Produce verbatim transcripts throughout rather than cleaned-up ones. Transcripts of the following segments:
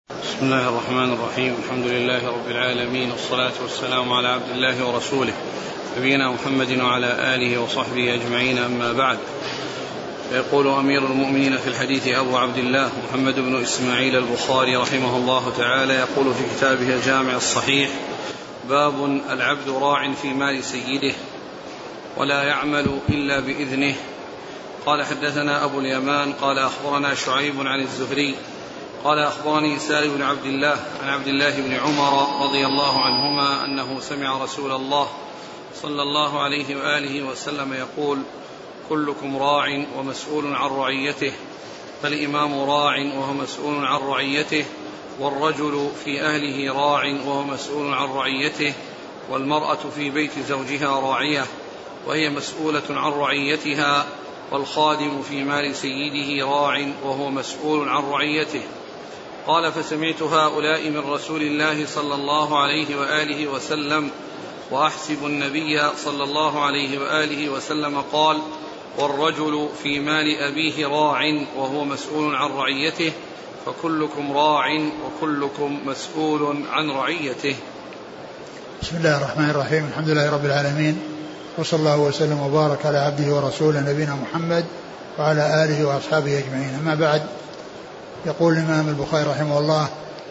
بسم الله الرحمن الرحيم. الحمد لله رب العالمين، والصلاة والسلام على عبد الله ورسوله نبينا محمد وعلى آله وصحبه أجمعين، أما بعد. يقول أمير المؤمنين في الحديث أبو عبد الله محمد بن إسماعيل البخاري رحمه الله تعالى، يقول في كتابه الجامع الصحيح: باب العبد راع في مال سيده ولا يعمل إلا بإذنه. قال: حدثنا أبو اليمان قال أخبرنا شعيب عن الزهري قال أخبرني سالم بن عبد الله عن عبد الله بن عمر رضي الله عنهما أنه سمع رسول الله صلى الله عليه وآله وسلم يقول: كلكم راع ومسؤول عن رعيته، فالإمام راع وهو مسؤول عن رعيته، والرجل في أهله راع وهو مسؤول عن رعيته، والمرأة في بيت زوجها راعية وهي مسؤولة عن رعيتها، والخادم في مال سيده راع وهو مسؤول عن رعيته. قال: فسمعت هؤلاء من رسول الله صلى الله عليه وآله وسلم، وأحسب النبي صلى الله عليه وآله وسلم قال: والرجل في مال أبيه راع وهو مسؤول عن رعيته، فكلكم راع وكلكم مسؤول عن رعيته. بسم الله الرحمن الرحيم. الحمد لله رب العالمين، وصلى الله وسلم وبارك على عبده ورسوله نبينا محمد وعلى آله وأصحابه أجمعين، أما بعد. يقول الإمام البخاري رحمه الله: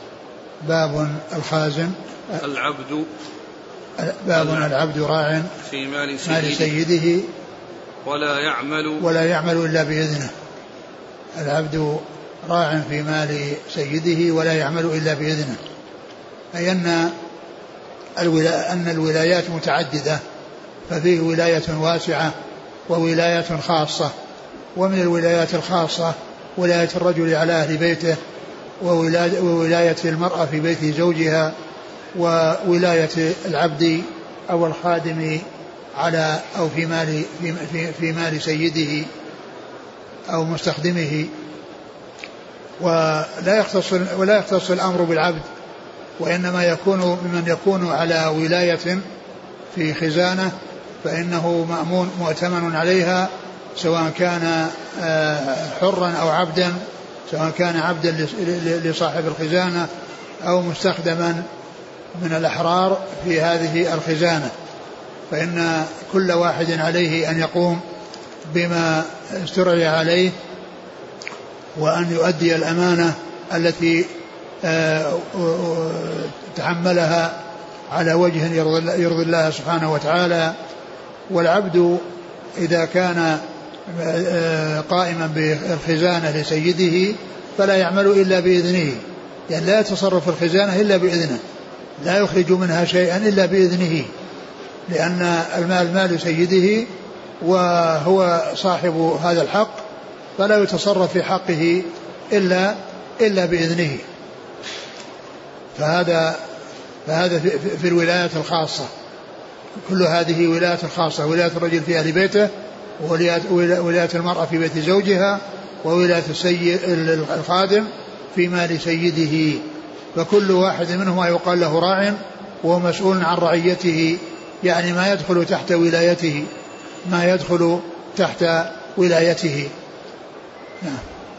باب الخازن العبد باب العبد راع في مال سيده, مال سيده ولا يعمل ولا يعمل إلا بإذنه. العبد راع في مال سيده ولا يعمل إلا بإذنه، أي أن أن الولايات متعددة، ففيه ولاية واسعة وولاية خاصة. ومن الولايات الخاصة ولاية الرجل على أهل بيته، وولاية المرأة في بيت زوجها، وولاية العبد أو الخادم على أو في مال في, في, في مال سيده أو مستخدمه. ولا يختص ولا يختص الأمر بالعبد، وإنما يكون بمن يكون على ولاية في خزانة، فإنه مأمون مؤتمن عليها، سواء كان حرا أو عبدا، سواء كان عبدا لصاحب الخزانة أو مستخدما من الأحرار في هذه الخزانة، فإن كل واحد عليه أن يقوم بما استرعي عليه، وأن يؤدي الأمانة التي تحملها على وجه يرضي الله سبحانه وتعالى. والعبد إذا كان قائما بالخزانة لسيده فلا يعمل إلا بإذنه، يعني لا يتصرف الخزانة إلا بإذنه، لا يخرج منها شيئا إلا بإذنه، لأن المال مال سيده وهو صاحب هذا الحق، فلا يتصرف في حقه إلا إلا بإذنه. فهذا فهذا في, في الولايات الخاصة. كل هذه ولايات خاصة: ولاية الرجل في أهل بيته، وولاية المرأة في بيت زوجها، وولاية السيد الخادم في مال سيده. فكل واحد منهما يقال له راع وهو مسؤول عن رعيته، يعني ما يدخل تحت ولايته ما يدخل تحت ولايته. نعم.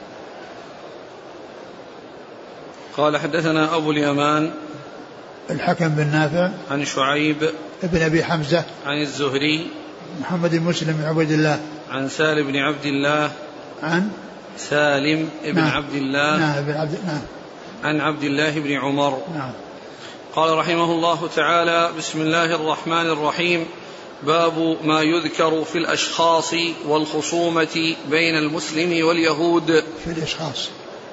قال: حدثنا أبو اليمان الحكم بن نافع عن شعيب ابن أبي حمزة عن الزهري محمد بن مسلم بن عبد الله عن سالم بن عبد الله عن سالم بن نعم عبد الله نعم بن عبد نعم عن عبد الله بن عمر. نعم. قال رحمه الله تعالى: بسم الله الرحمن الرحيم. باب ما يذكر في الأشخاص والخصومة بين المسلم واليهود. في الأشخاص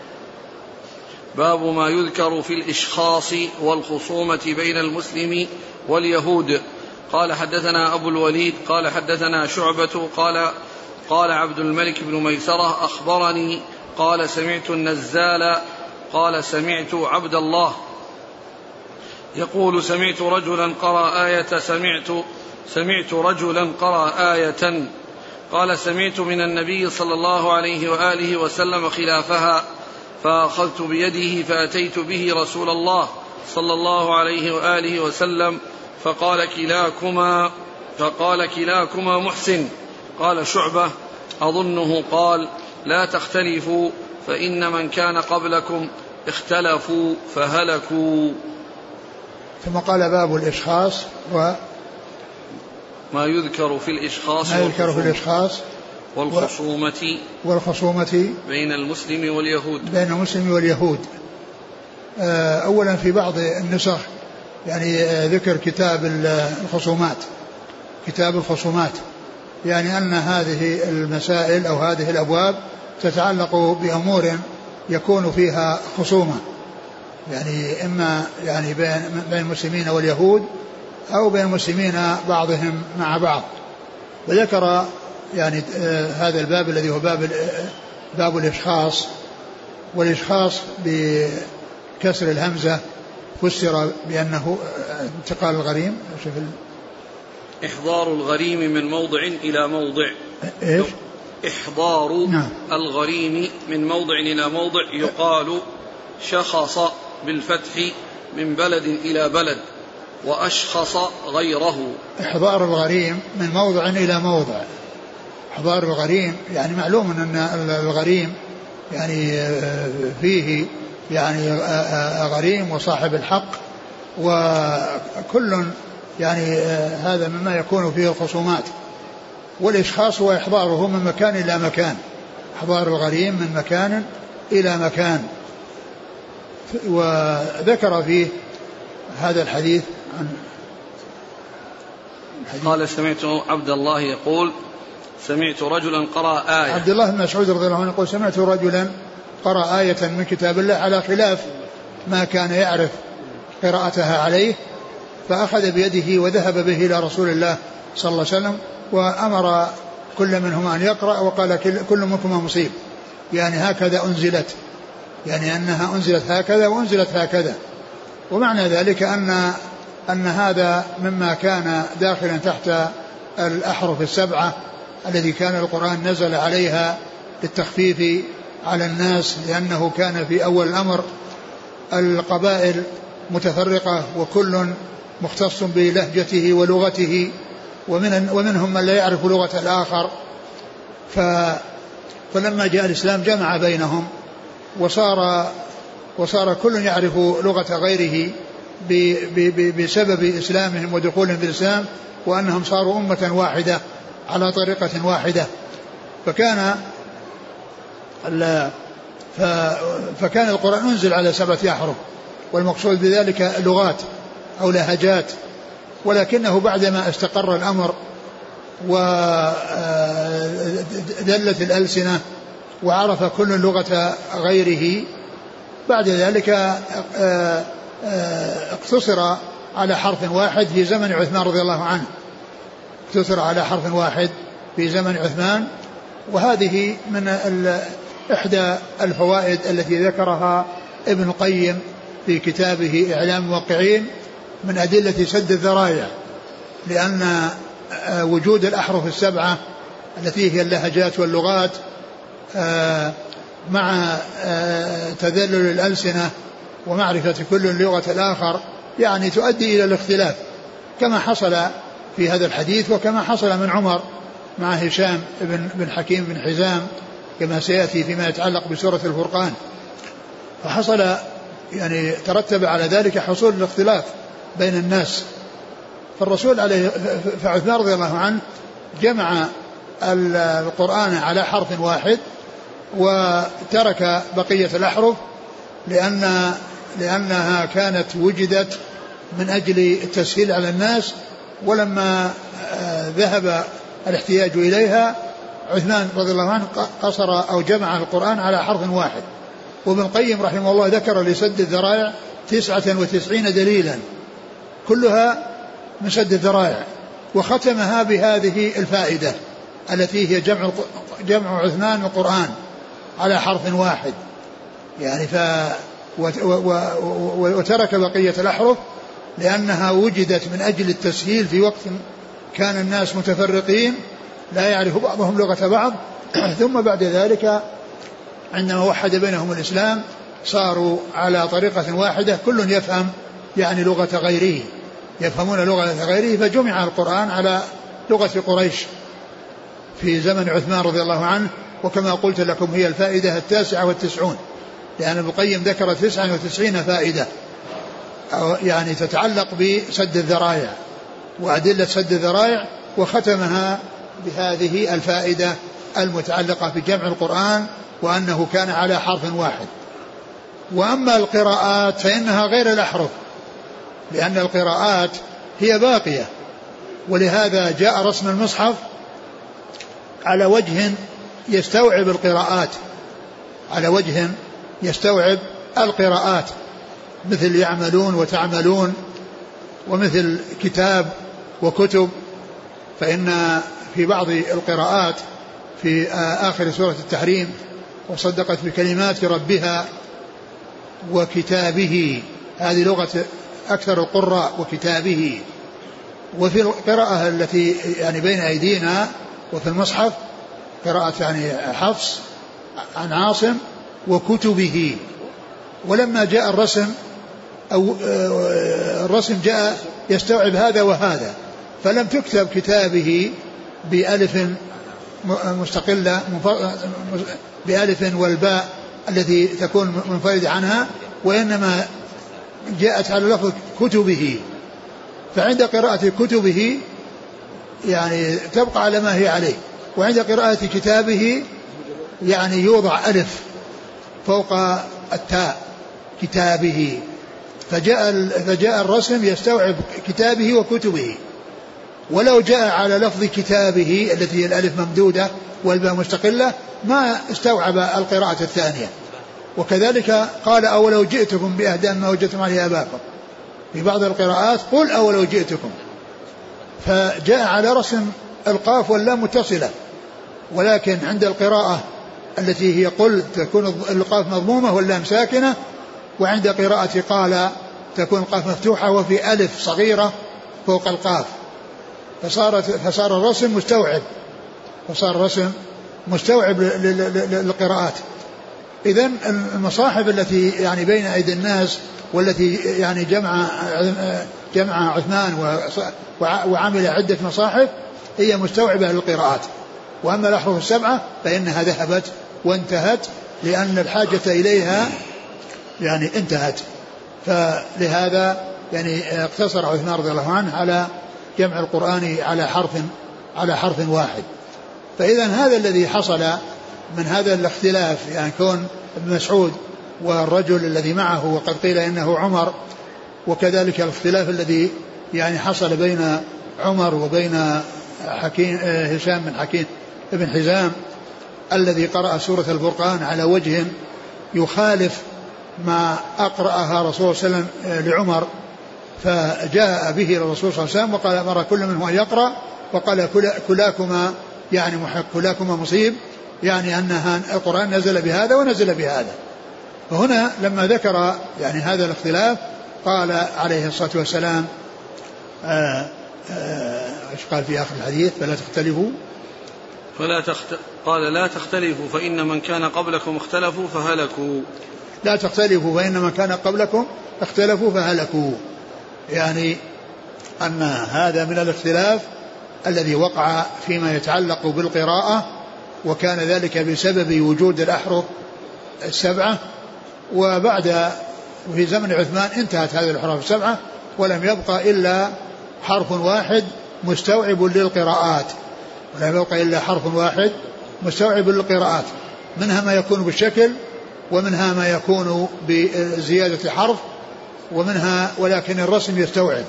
باب ما يذكر في الإشخاص والخصومة بين المسلم واليهود. قال: حدثنا أبو الوليد قال حدثنا شعبة قال قال عبد الملك بن ميسرة أخبرني قال: سمعت النزال قال: سمعت عبد الله يقول: سمعت رجلا قرأ آية سمعت سمعت رجلا قرأ آية قال: سمعت من النبي صلى الله عليه وآله وسلم خلافها، فأخذت بيده فأتيت به رسول الله صلى الله عليه وآله وسلم، فقال: كلاكما فقال كلاكما محسن. قال شعبة: أظنه قال: لا تختلفوا، فإن من كان قبلكم اختلفوا فهلكوا. ثم قال باب الإشخاص و ما يذكر في الإشخاص ما يذكر في الإشخاص والخصومة والخصومة بين المسلم واليهود بين المسلم واليهود. أولا في بعض النسخ يعني ذكر كتاب الخصومات كتاب الخصومات يعني أن هذه المسائل أو هذه الأبواب تتعلق بأمور يكون فيها خصومة، يعني إما يعني بين بين المسلمين واليهود أو بين المسلمين بعضهم مع بعض. وذكر يعني هذا الباب الذي هو باب باب الإشخاص، والإشخاص بكسر الهمزة فسر بأنه انتقال الغريم. إحضار الغريم من موضع إلى موضع. إيش؟ إحضار نعم. الغريم من موضع إلى موضع يقال شخص بالفتح من بلد إلى بلد، وأشخص غيره. إحضار الغريم من موضع إلى موضع. إحضار الغريم يعني معلوم أن الغريم يعني فيه يعني غريم وصاحب الحق، وكل يعني هذا مما يكون فيه الخصومات. والإشخاص هو إحضاره من مكان إلى مكان، إحضار الغريم من مكان إلى مكان. وذكر فيه هذا الحديث عن قال سمعت عبد الله يقول سمعت رجلا قرأ آية. عبد الله بن مسعود رضي الله عنه يقول سمعت رجلا قرأ آية من كتاب الله على خلاف ما كان يعرف قراءتها عليه، فأخذ بيده وذهب به إلى رسول الله صلى الله عليه وسلم وأمر كل منهم أن يقرأ، وقال كل منكم مصيب، يعني هكذا أنزلت، يعني أنها أنزلت هكذا وأنزلت هكذا. ومعنى ذلك أن أن هذا مما كان داخلا تحت الأحرف السبعة الذي كان القرآن نزل عليها للتخفيف على الناس، لأنه كان في أول الأمر القبائل متفرقة وكل مختص بلهجته ولغته، ومن ومنهم من لا يعرف لغة الآخر، فلما جاء الإسلام جمع بينهم وصار وصار كل يعرف لغة غيره بسبب إسلامهم ودخولهم في الإسلام، وأنهم صاروا أمة واحدة على طريقة واحدة. فكان فكان القرآن أنزل على سبعة أحرف، والمقصود بذلك لغات أو لهجات، ولكنه بعدما استقر الأمر ودلت الألسنة وعرف كل لغة غيره، بعد ذلك اقتصر على حرف واحد في زمن عثمان رضي الله عنه، اقتصر على حرف واحد في زمن عثمان. وهذه من إحدى الفوائد التي ذكرها ابن القيم في كتابه إعلام الموقعين من أدلة سد الذرائع، لأن وجود الأحرف السبعة التي هي اللهجات واللغات مع تذلل الألسنة ومعرفة كل لغة الآخر يعني تؤدي إلى الاختلاف، كما حصل في هذا الحديث وكما حصل من عمر مع هشام بن, بن حكيم بن حزام كما سيأتي فيما يتعلق بسورة الفرقان. فحصل يعني ترتب على ذلك حصول الاختلاف بين الناس. فالرسول عليه فعثمان رضي الله عنه جمع القرآن على حرف واحد وترك بقية الأحرف لأن لأنها كانت وجدت من أجل التسهيل على الناس، ولما ذهب الاحتياج إليها عثمان رضي الله عنه قصر أو جمع القرآن على حرف واحد. وابن القيم رحمه الله ذكر لسد الذرائع تسعة وتسعين دليلا كلها من سد الذرائع، وختمها بهذه الفائدة التي هي جمع جمع عثمان القرآن على حرف واحد، يعني ف وترك بقية الأحرف لأنها وجدت من أجل التسهيل في وقت كان الناس متفرقين لا يعرف بعضهم لغة بعض، ثم بعد ذلك عندما وحد بينهم الإسلام صاروا على طريقة واحدة كل يفهم يعني لغة غيره، يفهمون لغة غيره، فجمع القرآن على لغة قريش في زمن عثمان رضي الله عنه. وكما قلت لكم هي الفائدة التاسعة والتسعون لأن ابن القيم ذكر تسعة وتسعين فائدة يعني تتعلق بسد الذرائع وأدلة سد الذرائع، وختمها بهذه الفائدة المتعلقة بجمع القرآن وأنه كان على حرف واحد. وأما القراءات فإنها غير الأحرف، لأن القراءات هي باقية، ولهذا جاء رسم المصحف على وجه يستوعب القراءات، على وجه يستوعب القراءات، مثل يعملون وتعملون، ومثل كتاب وكتب. فإن في بعض القراءات في آخر سورة التحريم وصدقت بكلمات ربها وكتابه، هذه لغة أكثر القراء، وكتابه. وفي القراءة التي يعني بين أيدينا وفي المصحف قراءة يعني حفص عن عاصم وكتبه. ولما جاء الرسم أو الرسم جاء يستوعب هذا وهذا، فلم تكتب كتابه بألف مستقلة بألف والباء التي تكون منفردة عنها، وإنما جاءت على لفظ كتبه. فعند قراءة كتبه يعني تبقى على ما هي عليه، وعند قراءة كتابه يعني يوضع ألف فوق التاء كتابه. فجاء, فجاء الرسم يستوعب كتابه وكتبه. ولو جاء على لفظ كتابه التي هي الألف ممدودة والباء مستقلة ما استوعب القراءة الثانية. وكذلك قال أولو جئتكم بأهدى ما وجدتم عليه آباءكم، في بعض القراءات قل أولو جئتكم، فجاء على رسم القاف واللام متصلة. ولكن عند القراءة التي هي قل تكون القاف مضمومة واللام ساكنة، وعند قراءة قال تكون القاف مفتوحة وفي ألف صغيرة فوق القاف، فصارت فصار الرسم مستوعب فصار الرسم مستوعب للقراءات. إذن المصاحف التي يعني بين أيدي الناس والتي يعني جمع جمع عثمان وعمل عدة مصاحف هي مستوعبة للقراءات. وأما الأحرف السبعة فإنها ذهبت وانتهت، لأن الحاجة إليها يعني انتهت. فلهذا يعني اقتصر عثمان رضي الله عنه على جمع القرآن على حرف على حرف واحد. فإذا هذا الذي حصل من هذا الاختلاف، يعني كون ابن مسعود والرجل الذي معه وقد قيل إنه عمر، وكذلك الاختلاف الذي يعني حصل بين عمر وبين حكيم هشام بن حكيم ابن حزام الذي قرأ سورة الفرقان على وجه يخالف ما أقرأها رسول الله صلى الله عليه وسلم لعمر، فجاء به الرسول صلى الله عليه وسلم وقال أمر كل منه أن يقرأ، وقال كلاكما يعني محق كلاكما مصيب، يعني أن القرآن نزل بهذا ونزل بهذا. فهنا لما ذكر يعني هذا الاختلاف قال عليه الصلاة والسلام آآ آآ ايش قال في آخر الحديث؟ فلا تختلفوا فلا تخت... قال لا تختلفوا فإن من كان قبلكم اختلفوا فهلكوا. لا تختلفوا فإن من كان قبلكم اختلفوا فهلكوا، يعني أن هذا من الاختلاف الذي وقع فيما يتعلق بالقراءة، وكان ذلك بسبب وجود الأحرف السبعة. وبعد في زمن عثمان انتهت هذه الأحرف السبعة ولم يبقى إلا حرف واحد مستوعب للقراءات ولم يبقى إلا حرف واحد مستوعب للقراءات، منها ما يكون بالشكل ومنها ما يكون بزيادة حرف ومنها ولكن الرسم يستوعب.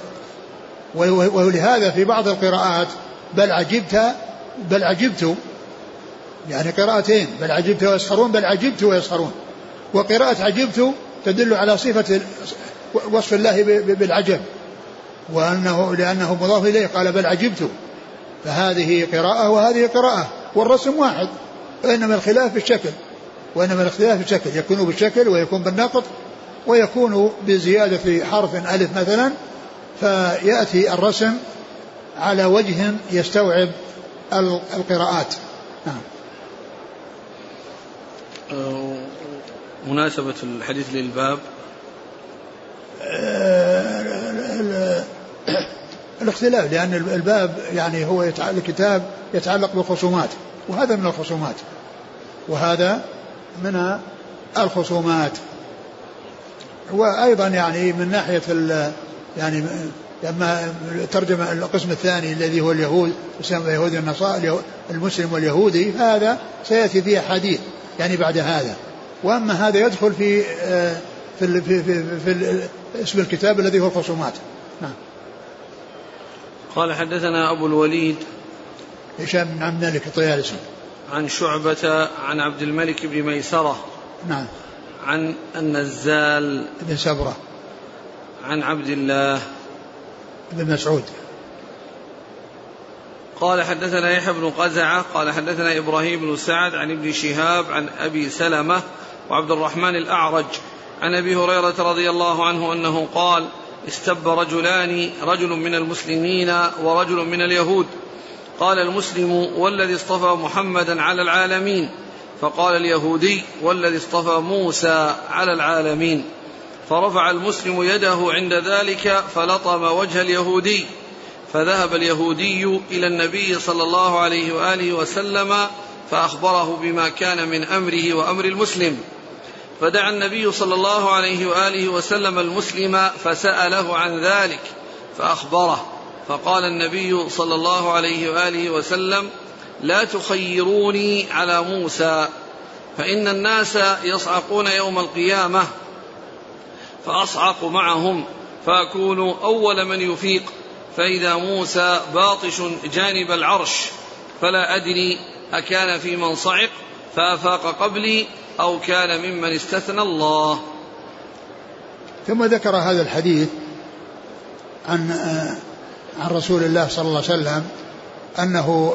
ولهذا في بعض القراءات بل عجبت بل عجبت يعني قراءتين، بل عجبت ويسخرون بل عجبت ويسخرون. وقراءة عجبت تدل على صفة وصف الله بالعجب، وأنه لأنه مضاف إليه قال بل عجبت، فهذه قراءة وهذه قراءة والرسم واحد، وإنما الخلاف بالشكل وإنما الاختلاف بالشكل يكون بالشكل ويكون بالنقط ويكون بزيادة حرف ألف مثلا، فيأتي الرسم على وجه يستوعب القراءات. نعم. مناسبة الحديث للباب الاختلاف، لأن الباب يعني هو الكتاب يتعلق بالخصومات، وهذا من الخصومات وهذا من الخصومات. وأيضا يعني من ناحية يعني لما ترجم القسم الثاني الذي هو اليهود اليهود والنصارى المسلم واليهودي، هذا سيأتي فيه حديث يعني بعد هذا. وأما هذا يدخل في في في, في, في اسم الكتاب الذي هو الخصومات. نعم. قال حدثنا أبو الوليد هشام بن عبد الملك الطيالسي عن شعبة عن عبد الملك بن ميسرة نعم عن النزال بن سبرة عن عبد الله بن مسعود قال حدثنا يحيى بن قزعة قال حدثنا إبراهيم بن سعد عن ابن شهاب عن أبي سلمة وعبد الرحمن الأعرج عن أبي هريرة رضي الله عنه أنه قال استب رجلان رجل من المسلمين ورجل من اليهود، قال المسلم والذي اصطفى محمدا على العالمين، فقال اليهودي والذي اصطفى موسى على العالمين، فرفع المسلم يده عند ذلك فلطم وجه اليهودي، فذهب اليهودي إلى النبي صلى الله عليه وآله وسلم فأخبره بما كان من أمره وأمر المسلم، فدعا النبي صلى الله عليه وآله وسلم المسلم فسأله عن ذلك فأخبره، فقال النبي صلى الله عليه وآله وسلم لا تخيروني على موسى، فإن الناس يصعقون يوم القيامة فأصعق معهم فأكون أول من يفيق، فإذا موسى باطش جانب العرش فلا أدري أكان في من صعق فأفاق قبلي أو كان ممن استثنى الله. ثم ذكر هذا الحديث عن عن رسول الله صلى الله عليه وسلم أنه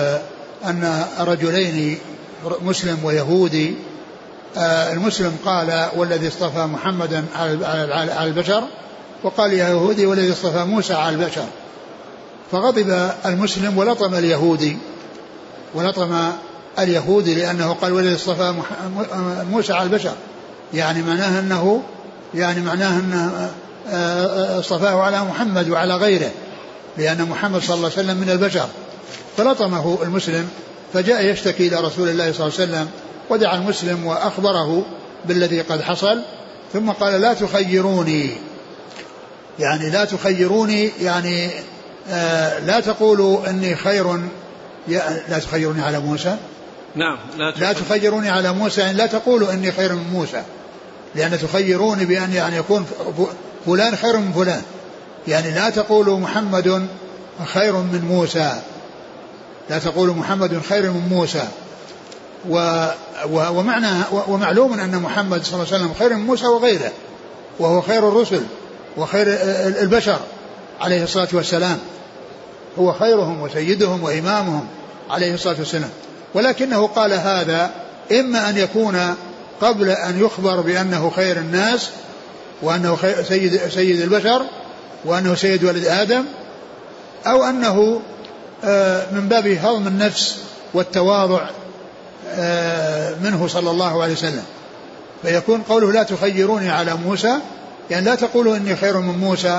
أن رجلين مسلم ويهودي، المسلم قال والذي اصطفى محمدا على البشر، وقال يا يهودي والذي اصطفى موسى على البشر، فغضب المسلم ولطم اليهودي ولطم اليهودي لأنه قال والذي اصطفى موسى على البشر، يعني معناه أنه يعني معناه أنه اصطفاه على محمد وعلى غيره، لأن محمد صلى الله عليه وسلم من البشر، فلطمه المسلم، فجاء يشتكي إلى رسول الله صلى الله عليه وسلم، ودعا المسلم وأخبره بالذي قد حصل، ثم قال لا تخيروني، يعني لا تخيروني يعني آه لا تقولوا إني خير، لا تخيروني على موسى، نعم لا, لا تخيروني على موسى، يعني لا تقولوا إني خير من موسى، لأن تخيروني بأن يعني يكون فلان خير من فلان، يعني لا تقولوا محمد خير من موسى، لا تقولوا محمد خير من موسى. و ومعنى ومعلوم أن محمد صلى الله عليه وسلم خير من موسى وغيره، وهو خير الرسل وخير البشر عليه الصلاة والسلام، هو خيرهم وسيدهم وإمامهم عليه الصلاة والسلام، ولكنه قال هذا إما أن يكون قبل أن يخبر بأنه خير الناس وأنه سيد, سيد البشر وأنه سيد ولد آدم، أو أنه من باب هضم النفس والتواضع منه صلى الله عليه وسلم، فيكون قوله لا تخيروني على موسى يعني لا تقولوا إني خير من موسى،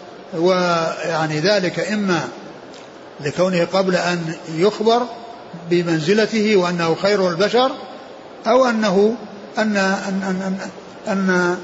ويعني ذلك إما لكونه قبل أن يخبر بمنزلته وأنه خير البشر، أو أنه أن, أن, أن, أن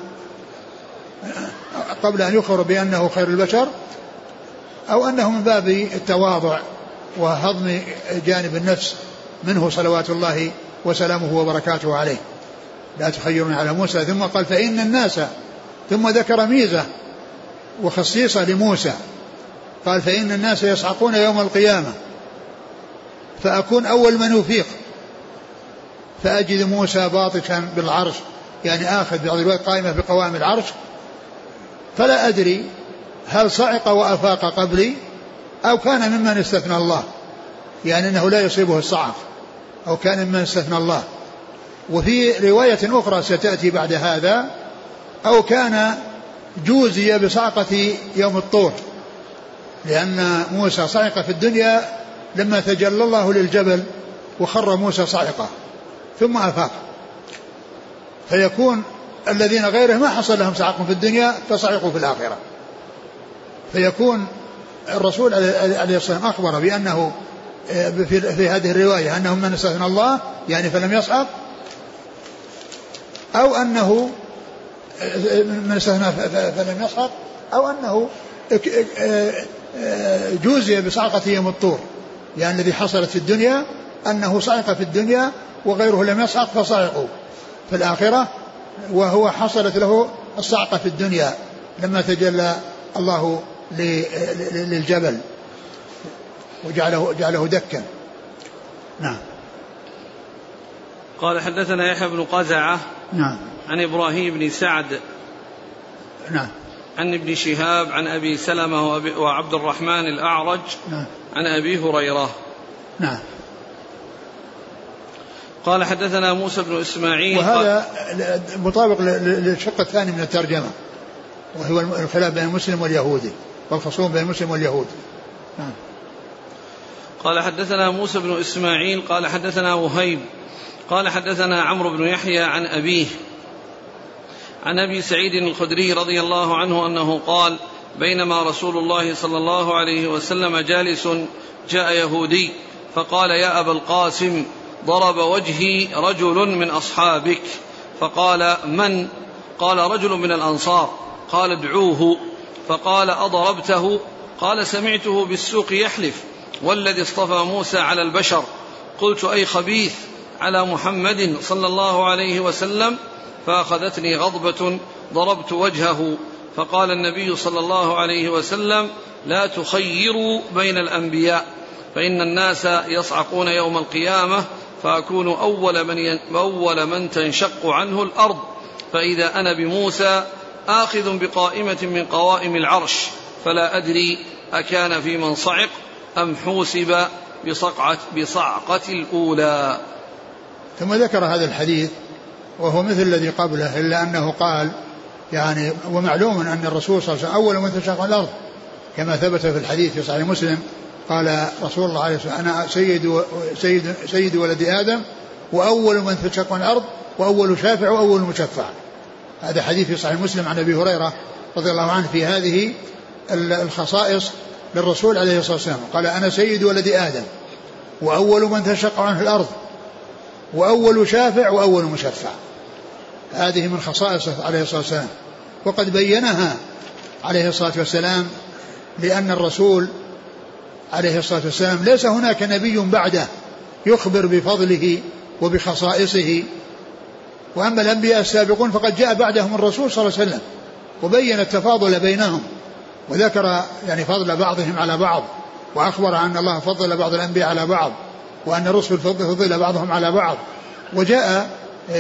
قبل أن يخبر بأنه خير البشر، أو أنه من باب التواضع وهضم جانب النفس منه صلوات الله وسلامه وبركاته عليه. لا تخيرون على موسى، ثم قال فإن الناس، ثم ذكر ميزة وخصيصة لموسى، قال فإن الناس يصعقون يوم القيامة فأكون أول من يفيق، فأجد موسى باطشا بالعرش، يعني آخذ بعض الوقت قائمة بقوائم العرش، فلا أدري هل صعق وأفاق قبلي أو كان ممن استثنى الله، يعني أنه لا يصيبه الصعق أو كان ممن استثنى الله. وفي رواية أخرى ستأتي بعد هذا أو كان جوزي بصعقة يوم الطور، لأن موسى صعق في الدنيا لما تجلى الله للجبل وخر موسى صعقة ثم أفاق، فيكون الذين غيره ما حصل لهم صعق في الدنيا فصعقوا في الآخرة، فيكون الرسول عليه الصلاة والسلام أخبر بأنه في, في هذه الرواية أنهم من استثنى الله يعني فلم يصعق، أو أنه من استثنى فلم يصعق، أو أنه جوزي بصعقة يوم الطور، يعني الذي حصلت في الدنيا أنه صعق في الدنيا وغيره لم يصعق فصعقوا في الآخرة، وهو حصلت له الصعقة في الدنيا لما تجلى الله للجبل وجعله جعله دكا. نعم. قال حدثنا يحيى بن قزعة نعم عن إبراهيم بن سعد نعم عن ابن شهاب عن أبي سلمة وعبد الرحمن الأعرج نعم عن أبي هريرة. نعم. قال حدثنا موسى بن إسماعيل، وهذا مطابق للشق الثاني من الترجمة، وهو الخلاف بين المسلم واليهودي والخصوم بين المسلم واليهودي. نعم. قال حدثنا موسى بن إسماعيل قال حدثنا وهيب قال حدثنا عمرو بن يحيى عن أبيه عن أبي سعيد الخدري رضي الله عنه أنه قال: بينما رسول الله صلى الله عليه وسلم جالس جاء يهودي فقال: يا أبا القاسم، ضرب وجهي رجل من أصحابك. فقال: من؟ قال: رجل من الأنصار. قال: ادعوه. فقال: أضربته؟ قال: سمعته بالسوق يحلف والذي اصطفى موسى على البشر. قلت: أي خبيث على محمد صلى الله عليه وسلم. فأخذتني غضبة ضربت وجهه. فقال النبي صلى الله عليه وسلم: لا تخيروا بين الأنبياء، فإن الناس يصعقون يوم القيامة فأكون أول من, ين... أول من تنشق عنه الأرض، فإذا أنا بموسى آخذ بقائمة من قوائم العرش، فلا أدري أكان في من صعق أم حوسب بصقعة, بصعقة الأولى. ثم ذكر هذا الحديث وهو مثل الذي قبله، إلا أنه قال يعني ومعلوم أن الرسول صلى الله عليه وسلم أول من تنشق الأرض، كما ثبت في الحديث في صحيح مسلم قال رسول الله عليه وسلم: أنا سيد, سيد, سيد ولد آدم وأول من تنشق الأرض وأول شافع وأول مشفع. هذا حديث في صحيح مسلم عن أبي هريرة رضي الله عنه في هذه الخصائص للرسول عليه الصلاة والسلام. قال: أنا سيد ولد آدم وأول من تنشق عنه الأرض وأول شافع وأول مشفع. هذه من خصائصه عليه الصلاة والسلام، وقد بينها عليه الصلاة والسلام، لأن الرسول عليه الصلاة والسلام ليس هناك نبي بعده يخبر بفضله وبخصائصه، وأما الأنبياء السابقون فقد جاء بعدهم الرسول صلى الله عليه وسلم وبين التفاضل بينهم وذكر يعني فضل بعضهم على بعض، وأخبر أن الله فضل بعض الأنبياء على بعض وأن الرسل فضل بعضهم على بعض، وجاء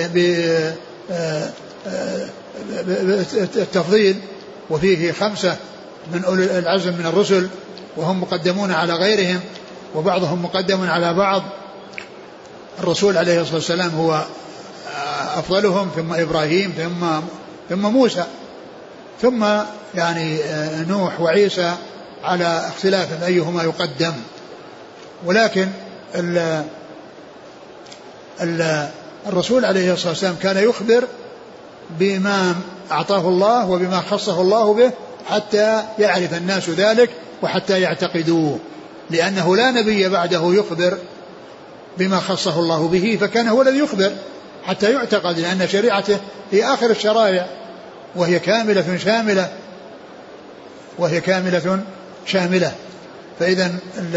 بالتفضيل وفيه خمسة من أولي العزم من الرسل وهم مقدمون على غيرهم وبعضهم مقدم على بعض. الرسول عليه الصلاة والسلام هو أفضلهم، ثم إبراهيم، ثم ثم موسى، ثم يعني نوح وعيسى على اختلاف أيهما يقدم. ولكن ال ال الرسول عليه الصلاة والسلام كان يخبر بما أعطاه الله وبما خصه الله به حتى يعرف الناس ذلك وحتى يعتقدوه، لأنه لا نبي بعده يخبر بما خصه الله به، فكان هو الذي يخبر حتى يعتقد، لأن شريعته هي آخر الشرائع وهي كاملة شاملة وهي كاملة شاملة. فإذا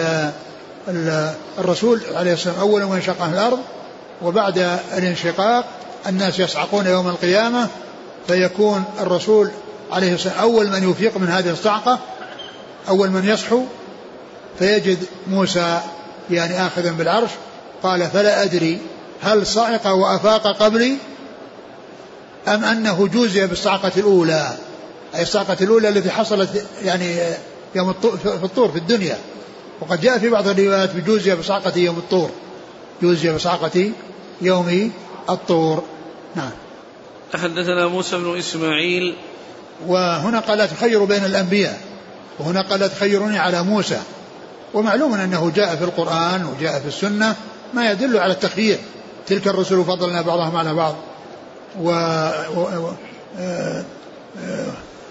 الرسول عليه الصلاة والسلام أول من انشق عن الأرض، وبعد الانشقاق الناس يصعقون يوم القيامة، فيكون الرسول عليه الصلاة والسلام أول من يفيق من هذه الصعقة، أول من يصحو، فيجد موسى يعني آخذا بالعرش. قال: فلا أدري هل صعق وأفاق قبلي أم أنه جوزي بالصعقة الأولى، أي الصعقة الأولى التي حصلت يعني يوم الطور في الطور في الدنيا. وقد جاء في بعض الروايات بجوزي بصعقة يوم الطور، جوزي بصعقة يوم الطور. نعم. حدثنا موسى بن إسماعيل. وهنا قال: لا تخيروا بين الأنبياء، وهنا قال: لا تخيروني على موسى. ومعلوم أنه جاء في القرآن وجاء في السنة ما يدل على التخيير. تلك الرسل فضلنا بعضهم على بعض، و... و... و... آ... آ...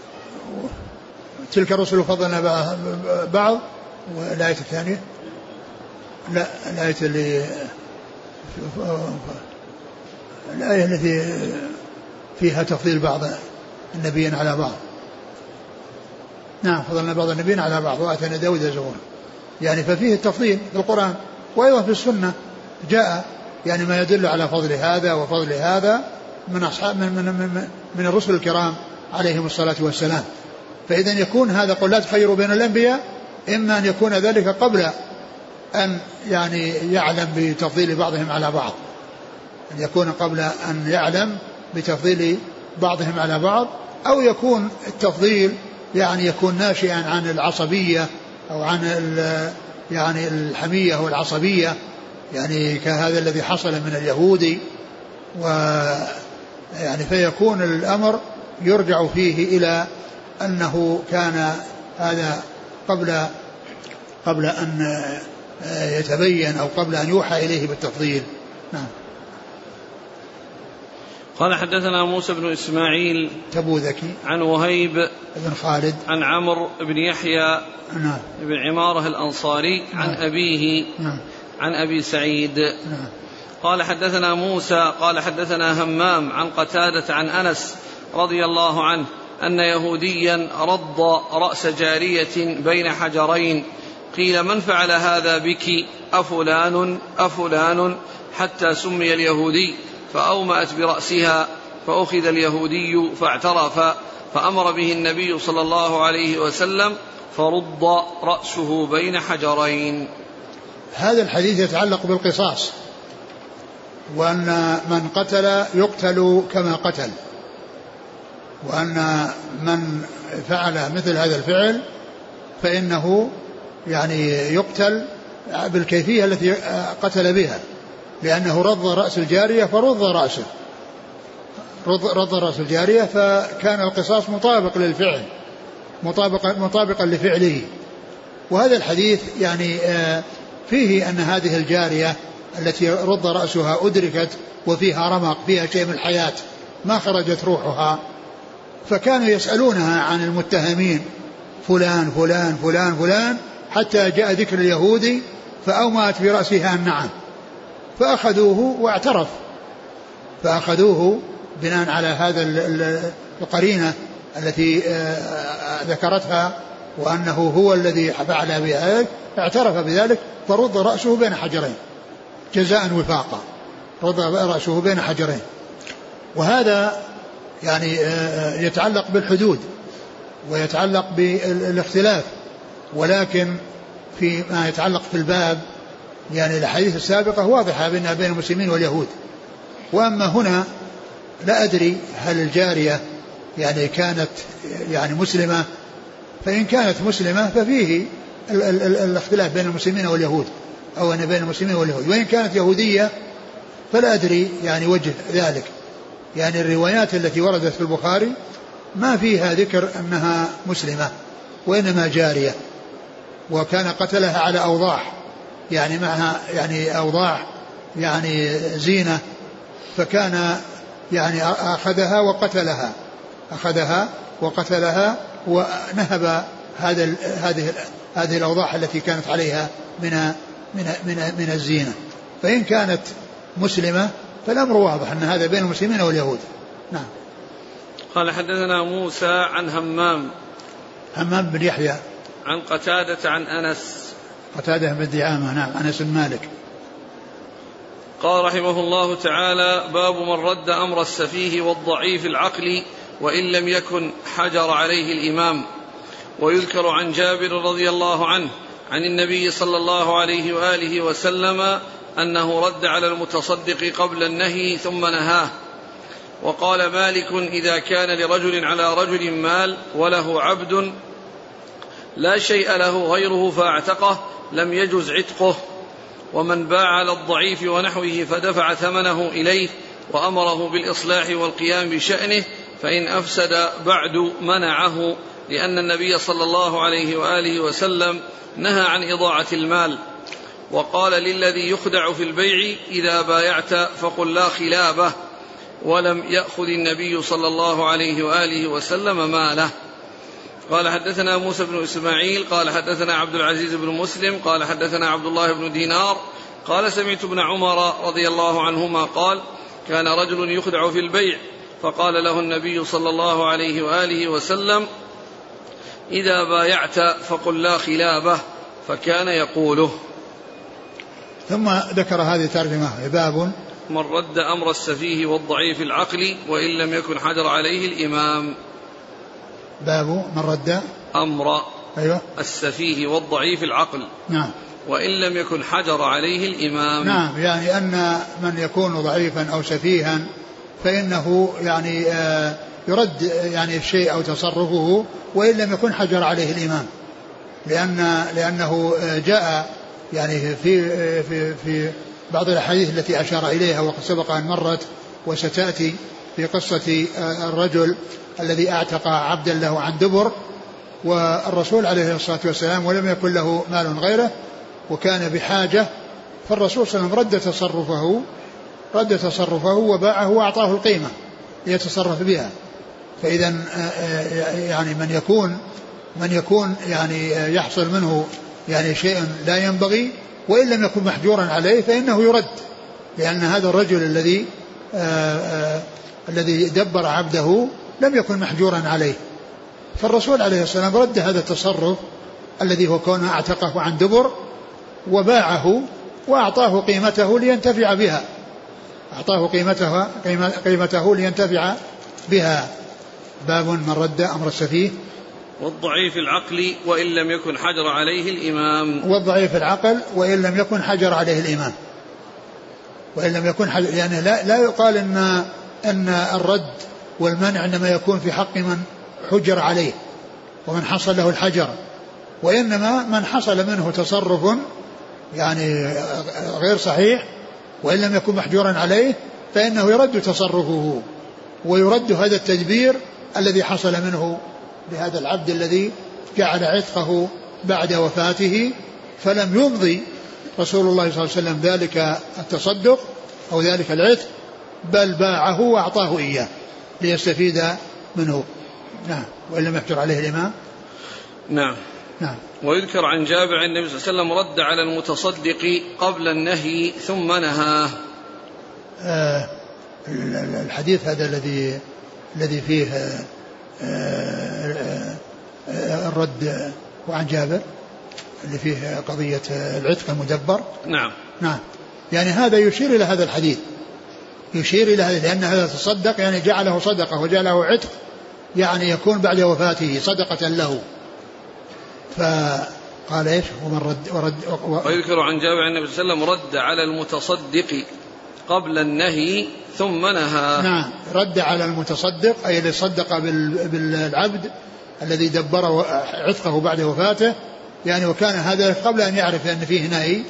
تلك الرسل فضلنا بعض. والآية الثانية لا الآية اللي الآية التي فيها تفضيل بعض النبيين على بعض. نعم فضلنا بعض النبيين على بعض وآتينا داود زبورا، يعني ففيه التفضيل في القرآن، وأيضا في السنة جاء يعني ما يدل على فضل هذا وفضل هذا من أصحاب من, من, من, من الرسل الكرام عليهم الصلاة والسلام. فإذا يكون هذا قل لا تخيروا بين الأنبياء، إما أن يكون ذلك قبل أن يعني يعلم بتفضيل بعضهم على بعض، أن يكون قبل أن يعلم بتفضيل بعضهم على بعض، أو يكون التفضيل يعني يكون ناشئا عن العصبية أو عن يعني الحمية والعصبية، يعني كهذا الذي حصل من اليهود، ويعني فيكون الأمر يرجع فيه إلى أنه كان هذا قبل قبل أن يتبين أو قبل أن يوحى إليه بالتفضيل. نعم. قال حدثنا موسى بن إسماعيل تبوذكي عن وهيب بن خالد عن عمرو بن يحيى نعم بن عمارة الأنصاري عن نعم أبيه نعم عن أبي سعيد نعم قال حدثنا موسى قال حدثنا همام عن قتادة عن أنس رضي الله عنه أن يهوديا رض رأس جارية بين حجرين، قيل من فعل هذا بك؟ أفلان أفلان، حتى سمي اليهودي، فأومأت برأسها، فأخذ اليهودي فاعترف، فأمر به النبي صلى الله عليه وسلم فرض رأسه بين حجرين. هذا الحديث يتعلق بالقصاص، وأن من قتل يقتل كما قتل، وأن من فعل مثل هذا الفعل فإنه يعني يقتل بالكيفية التي قتل بها، لأنه رض رأس الجارية فرض رأسه، رض, رض رأس الجارية، فكان القصاص مطابق للفعل مطابق مطابقا لفعله. وهذا الحديث يعني فيه أن هذه الجارية التي رض رأسها أدركت وفيها رمق، فيها شيء من الحياة ما خرجت روحها، فكانوا يسألونها عن المتهمين فلان فلان فلان فلان، حتى جاء ذكر اليهودي فأومأت برأسها النعم، فأخذوه واعترف، فأخذوه بناء على هذا القرينة التي ذكرتها وأنه هو الذي فعل بها، اعترف بذلك فرد رأسه بين حجرين جزاء وفاقا، رد رأسه بين حجرين. وهذا يعني يتعلق بالحدود ويتعلق بالاختلاف، ولكن فيما يتعلق في الباب يعني الحديث السابقة واضحة بين بين المسلمين واليهود. وأما هنا لا أدري هل الجارية يعني كانت يعني مسلمة، فإن كانت مسلمة ففيه ال ال ال الاختلاف بين المسلمين واليهود، أو أن بين المسلمين واليهود، وإن كانت يهودية فلا أدري يعني وجه ذلك. يعني الروايات التي وردت في البخاري ما فيها ذكر أنها مسلمة وإنما جارية، وكان قتلها على أوضاح يعني معها يعني أوضاع يعني زينة، فكان يعني أخذها وقتلها أخذها وقتلها ونهب هذا هذه هذه الأوضاع التي كانت عليها من من من من الزينة. فإن كانت مسلمة فالأمر واضح أن هذا بين المسلمين واليهود. نعم. قال حدثنا موسى عن همام همام بن يحيى عن قتادة عن أنس قتادة بن دعامة نعم أنس مالك. قال رحمه الله تعالى: باب من رد أمر السفيه والضعيف العقل وإن لم يكن حجر عليه الإمام. ويذكر عن جابر رضي الله عنه عن النبي صلى الله عليه وآله وسلم أنه رد على المتصدق قبل النهي ثم نهاه. وقال مالك: إذا كان لرجل على رجل مال وله عبد لا شيء له غيره فاعتقه لم يجز عتقه. ومن باع على الضعيف ونحوه فدفع ثمنه إليه وأمره بالإصلاح والقيام بشأنه فإن أفسد بعد منعه، لأن النبي صلى الله عليه وآله وسلم نهى عن إضاعة المال. وقال للذي يخدع في البيع: إذا بايعت فقل لا خلابه. ولم يأخذ النبي صلى الله عليه وآله وسلم ماله. قال حدثنا موسى بن إسماعيل قال حدثنا عبد العزيز بن مسلم قال حدثنا عبد الله بن دينار قال سمعت ابن عمر رضي الله عنهما قال: كان رجل يخدع في البيع فقال له النبي صلى الله عليه وآله وسلم: إذا بايعت فقل لا خلابه، فكان يقوله. ثم ذكر هذه الترجمة: باب من رد أمر السفيه والضعيف العقل وإن لم يكن حجر عليه الإمام. باب من رد أمر أيوة السفيه والضعيف العقل نعم وإن لم يكن حجر عليه الإمام. نعم، يعني أن من يكون ضعيفا أو سفيها فإنه يعني آه يرد يعني الشيء أو تصرفه وإن لم يكن حجر عليه الإمام، لأن لأنه جاء يعني في في في بعض الأحاديث التي أشار إليها وقد سبق أن مرت وستأتي في قصة الرجل الذي أعتق عبدا له عن دبر، والرسول عليه الصلاة والسلام ولم يكن له مال غيره وكان بحاجة، فالرسول صلى الله عليه وسلم رد تصرفه رد تصرفه وباعه وأعطاه القيمة ليتصرف بها. فإذا يعني من يكون من يكون يعني يحصل منه يعني شيء لا ينبغي وإن لم يكن محجورا عليه فإنه يرد، لأن هذا الرجل الذي آآ آآ الذي دبر عبده لم يكن محجورا عليه، فالرسول عليه السلام رد هذا التصرف الذي هو كونه اعتقه عن دبر وباعه وأعطاه قيمته لينتفع بها أعطاه قيمته, قيمته لينتفع بها. باب من رد أمر السفيه والضعيف العقل وإن لم يكن حجر عليه الإمام. والضعيف العقل وإن لم يكن حجر عليه الإمام وإن لم يكن حجر، يعني لا, لا يقال إن, أن الرد والمنع إنما يكون في حق من حجر عليه ومن حصل له الحجر، وإنما من حصل منه تصرف يعني غير صحيح وإن لم يكن محجورا عليه فإنه يرد تصرفه ويرد هذا التدبير الذي حصل منه لهذا العبد الذي جعل عتقه بعد وفاته، فلم يمضي رسول الله صلى الله عليه وسلم ذلك التصدق أو ذلك العتق بل باعه وأعطاه إياه ليستفيد منه. نعم، وإن لم يحجر عليه الإمام. نعم نعم. ويذكر عن جابر عن النبي صلى الله عليه وسلم رد على المتصدق قبل النهي ثم نهاه. آه الحديث هذا الذي الذي فيه آه آه آه الرد وعن جابر اللي فيه قضية العتق المدبر. نعم نعم، يعني هذا يشير إلى هذا الحديث، يشير إلى هذا، لأن هذا تصدق يعني جعله صدقة وجعله عتق يعني يكون بعد وفاته صدقة له. فقال ايش؟ ومن رد ورد و... ويذكر عن جابر عن النبي صلى الله عليه وسلم رد على المتصدق قبل النهي ثم نهى. نعم، رد على المتصدق أي الذي صدق بال... بالعبد الذي دبر عتقه بعد وفاته، يعني وكان هذا قبل أن يعرف أن فيه نهي،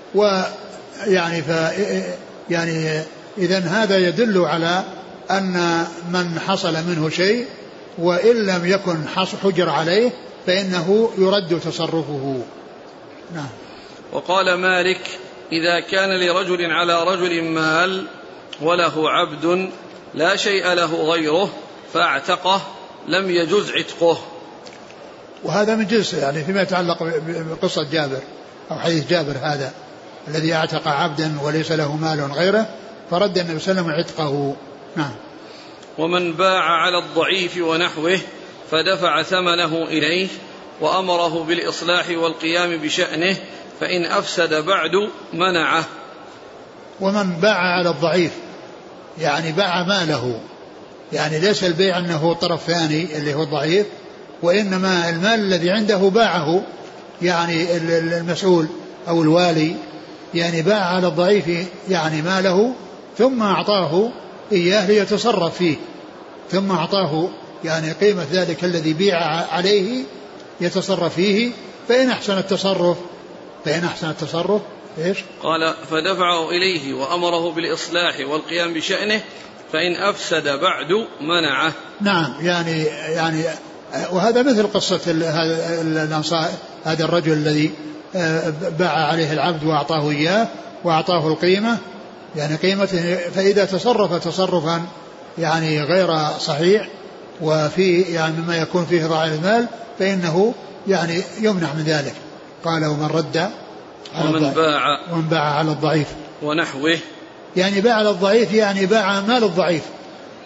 ويعني ف يعني إذن هذا يدل على أن من حصل منه شيء وإن لم يكن حجر عليه فإنه يرد تصرفه. نعم. وقال مالك: إذا كان لرجل على رجل مال وله عبد لا شيء له غيره فاعتقه لم يجز عتقه. وهذا من جنس يعني فيما يتعلق بقصة جابر أو حديث جابر هذا الذي اعتق عبدا وليس له مال غيره فرد النبي صلى الله عليه وسلم عتقه. نعم. ومن باع على الضعيف ونحوه فدفع ثمنه إليه وأمره بالإصلاح والقيام بشأنه فإن أفسد بعد منعه. ومن باع على الضعيف يعني باع ماله، يعني ليس البيع أنه طرف ثاني اللي هو الضعيف، وإنما المال الذي عنده باعه يعني المسؤول أو الوالي، يعني باع على الضعيف يعني ماله ثم أعطاه إياه ليتصرف فيه، ثم أعطاه يعني قيمة ذلك الذي بيع عليه يتصرف فيه، فإن أحسن التصرف فإن أحسن التصرف إيش؟ قال: فدفعه إليه وأمره بالإصلاح والقيام بشأنه فإن أفسد بعد منعه. نعم، يعني يعني وهذا مثل قصة هذا هذا الرجل الذي باع عليه العبد وأعطاه إياه وأعطاه القيمة يعني قيمته، فإذا تصرف تصرفا يعني غير صحيح وفي يعني مما يكون فيه ضاع المال فإنه يعني يمنع من ذلك. قال: ومن رد على ومن باع ومن باع على الضعيف ونحوه، يعني باع على الضعيف يعني باع مال الضعيف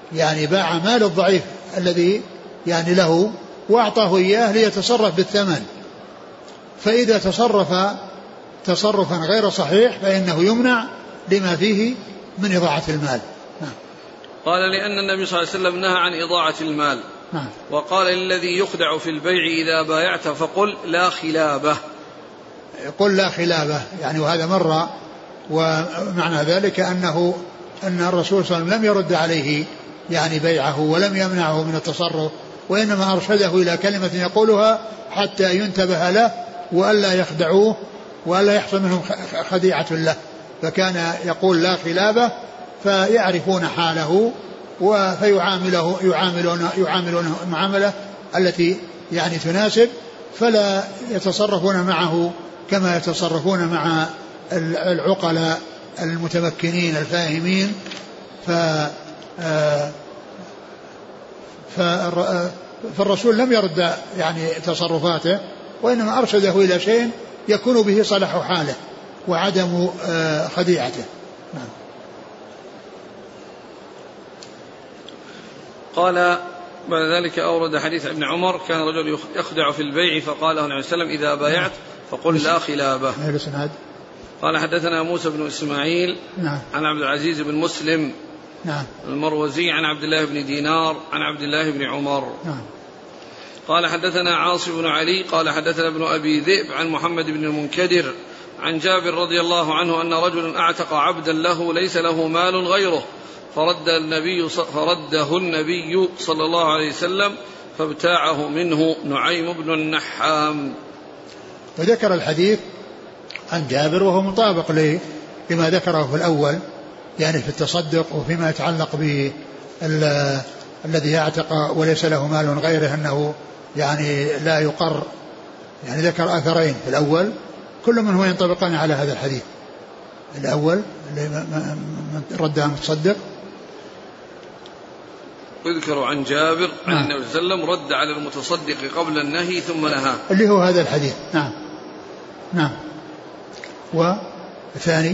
يعني باع مال الضعيف الذي يعني له وأعطاه إياه ليتصرف بالثمن، فإذا تصرف تصرفا غير صحيح فإنه يمنع لما فيه من إضاعة المال. قال لأن النبي صلى الله عليه وسلم نهى عن إضاعة المال. وقال الذي يخدع في البيع إذا بايعت فقل لا خلابة. قل لا خلابة يعني، وهذا مر، ومعنى ذلك أنه أن الرسول صلى الله عليه وسلم لم يرد عليه يعني بيعه ولم يمنعه من التصرف، وإنما أرشده إلى كلمة يقولها حتى ينتبه له وألا يخدعوه وألا يحصل منهم خديعة له، فكان يقول لا خلابة فيعرفون حاله فيعامله يعاملون يعاملون المعاملة التي يعني تناسب، فلا يتصرفون معه كما يتصرفون مع العقلاء المتمكنين الفاهمين. ف فالرسول لم يرد يعني تصرفاته، وإنما أرشده إلى شيء يكون به صلاح حاله وعدم خديعته. نعم. قال بعد ذلك أورد حديث ابن عمر كان رجل يخدع في البيع فقال له النبي صلى الله عليه وسلم إذا بايعت فقل لا خلابة. قال حدثنا موسى بن إسماعيل نعم. عن عبد العزيز بن مسلم نعم. المروزي عن عبد الله بن دينار عن عبد الله بن عمر. نعم. قال حدثنا عاصم بن علي قال حدثنا ابن أبي ذئب عن محمد بن المنكدر عن جابر رضي الله عنه أن رجلا أعتق عبدا له ليس له مال غيره فرد النبي فرده النبي صلى الله عليه وسلم فابتاعه منه نعيم بن النحام. وذكر الحديث عن جابر وهو مطابق لما ذكره في الأول يعني في التصدق، وفيما يتعلق بالذي يعتق وليس له مال غيره أنه يعني لا يقر. يعني ذكر أثرين في الأول كل من هو ينطبقان على هذا الحديث. الأول اللي رد عن المتصدق يذكر عن جابر عن النبي صلى الله عليه وسلم رد على المتصدق قبل النهي ثم نهى، اللي هو هذا الحديث. نعم. نعم. والثاني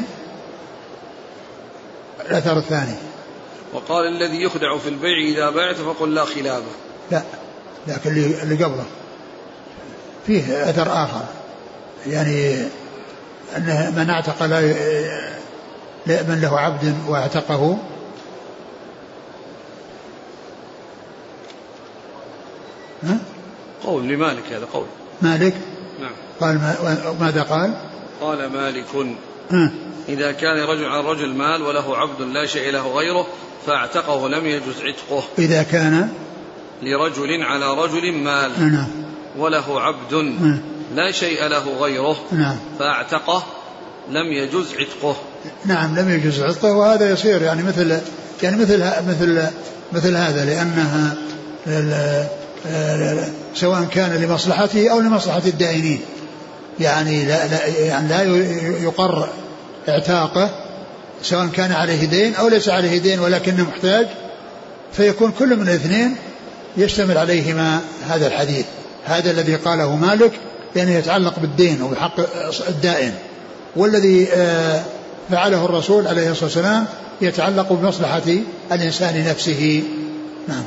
الأثر الثاني وقال الذي يخدع في البيع إذا بايعت فقل لا خلابة. لا، لكن اللي قبله فيه أثر آخر يعني أنه من اعتق لا من له عبد واعتقه ها؟ قول لمالك، هذا قول مالك. نعم. قال ما ماذا قال؟ قال مالك ها؟ إذا كان رجل عن رجل مال وله عبد لا شيء له غيره فاعتقه لم يجوز عتقه. إذا كان لرجل على رجل مال نعم. وله عبد نعم. لا شيء له غيره نعم. فاعتقه لم يجوز عتقه. نعم لم يجوز عتقه. وهذا يصير يعني مثل يعني مثل مثل مثل هذا، لأنها سواء كان لمصلحته أو لمصلحة الدائنين، يعني لا, لا, يعني لا يقر اعتاقه سواء كان عليه دين أو ليس عليه دين ولكنه محتاج، فيكون كل من الاثنين يشتمل عليهما هذا الحديث. هذا الذي قاله مالك لأنه يعني يتعلق بالدين وبحق الدائن، والذي فعله الرسول عليه الصلاة والسلام يتعلق بمصلحة الإنسان نفسه. نعم.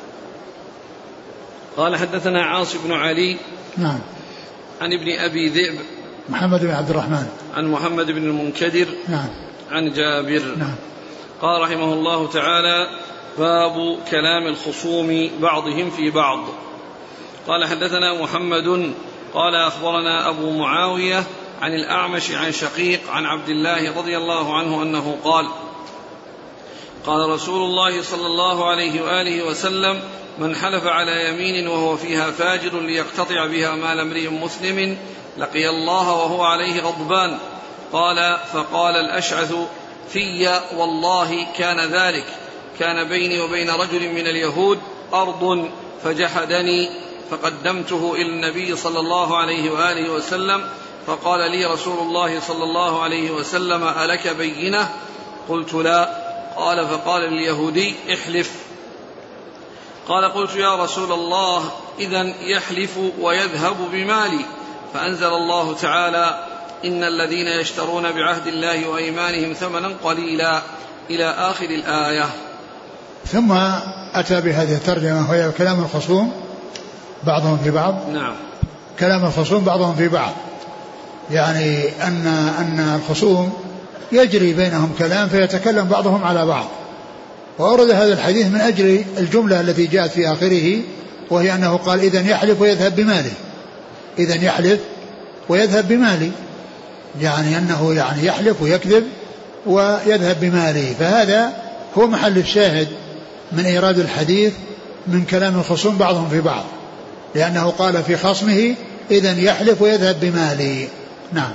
قال حدثنا عاصم بن علي نعم. عن ابن أبي ذئب محمد بن عبد الرحمن عن محمد بن المنكدر نعم. عن جابر نعم. قال رحمه الله تعالى باب كلام الخصوم بعضهم في بعض. قال حدثنا محمد قال أخبرنا أبو معاوية عن الأعمش عن شقيق عن عبد الله رضي الله عنه أنه قال قال رسول الله صلى الله عليه وآله وسلم من حلف على يمين وهو فيها فاجر ليقتطع بها مال امرئ مسلم لقي الله وهو عليه غضبان. قال فقال الأشعث في والله كان ذلك، كان بيني وبين رجل من اليهود أرض فجحدني فقدمته إلى النبي صلى الله عليه وآله وسلم فقال لي رسول الله صلى الله عليه وسلم ألك بينة؟ قلت لا. قال فقال اليهودي احلف. قال قلت يا رسول الله إذن يحلف ويذهب بمالي. فأنزل الله تعالى إن الذين يشترون بعهد الله وأيمانهم ثمنا قليلا إلى آخر الآية. ثم أتى بهذه الترجمة وهي كلام الخصوم بعضهم في بعض. نعم. كلام الخصوم بعضهم في بعض، يعني أن أن الخصوم يجري بينهم كلام فيتكلم بعضهم على بعض. وأورد هذا الحديث من أجل الجملة التي جاءت في آخره، وهي أنه قال إذن يحلف ويذهب بماله، إذن يحلف ويذهب بماله، يعني أنه يعني يحلف ويكذب ويذهب بماله. فهذا هو محل الشاهد من إيراد الحديث من كلام الخصوم بعضهم في بعض، لأنه قال في خصمه إذن يحلف ويذهب بماله. نعم.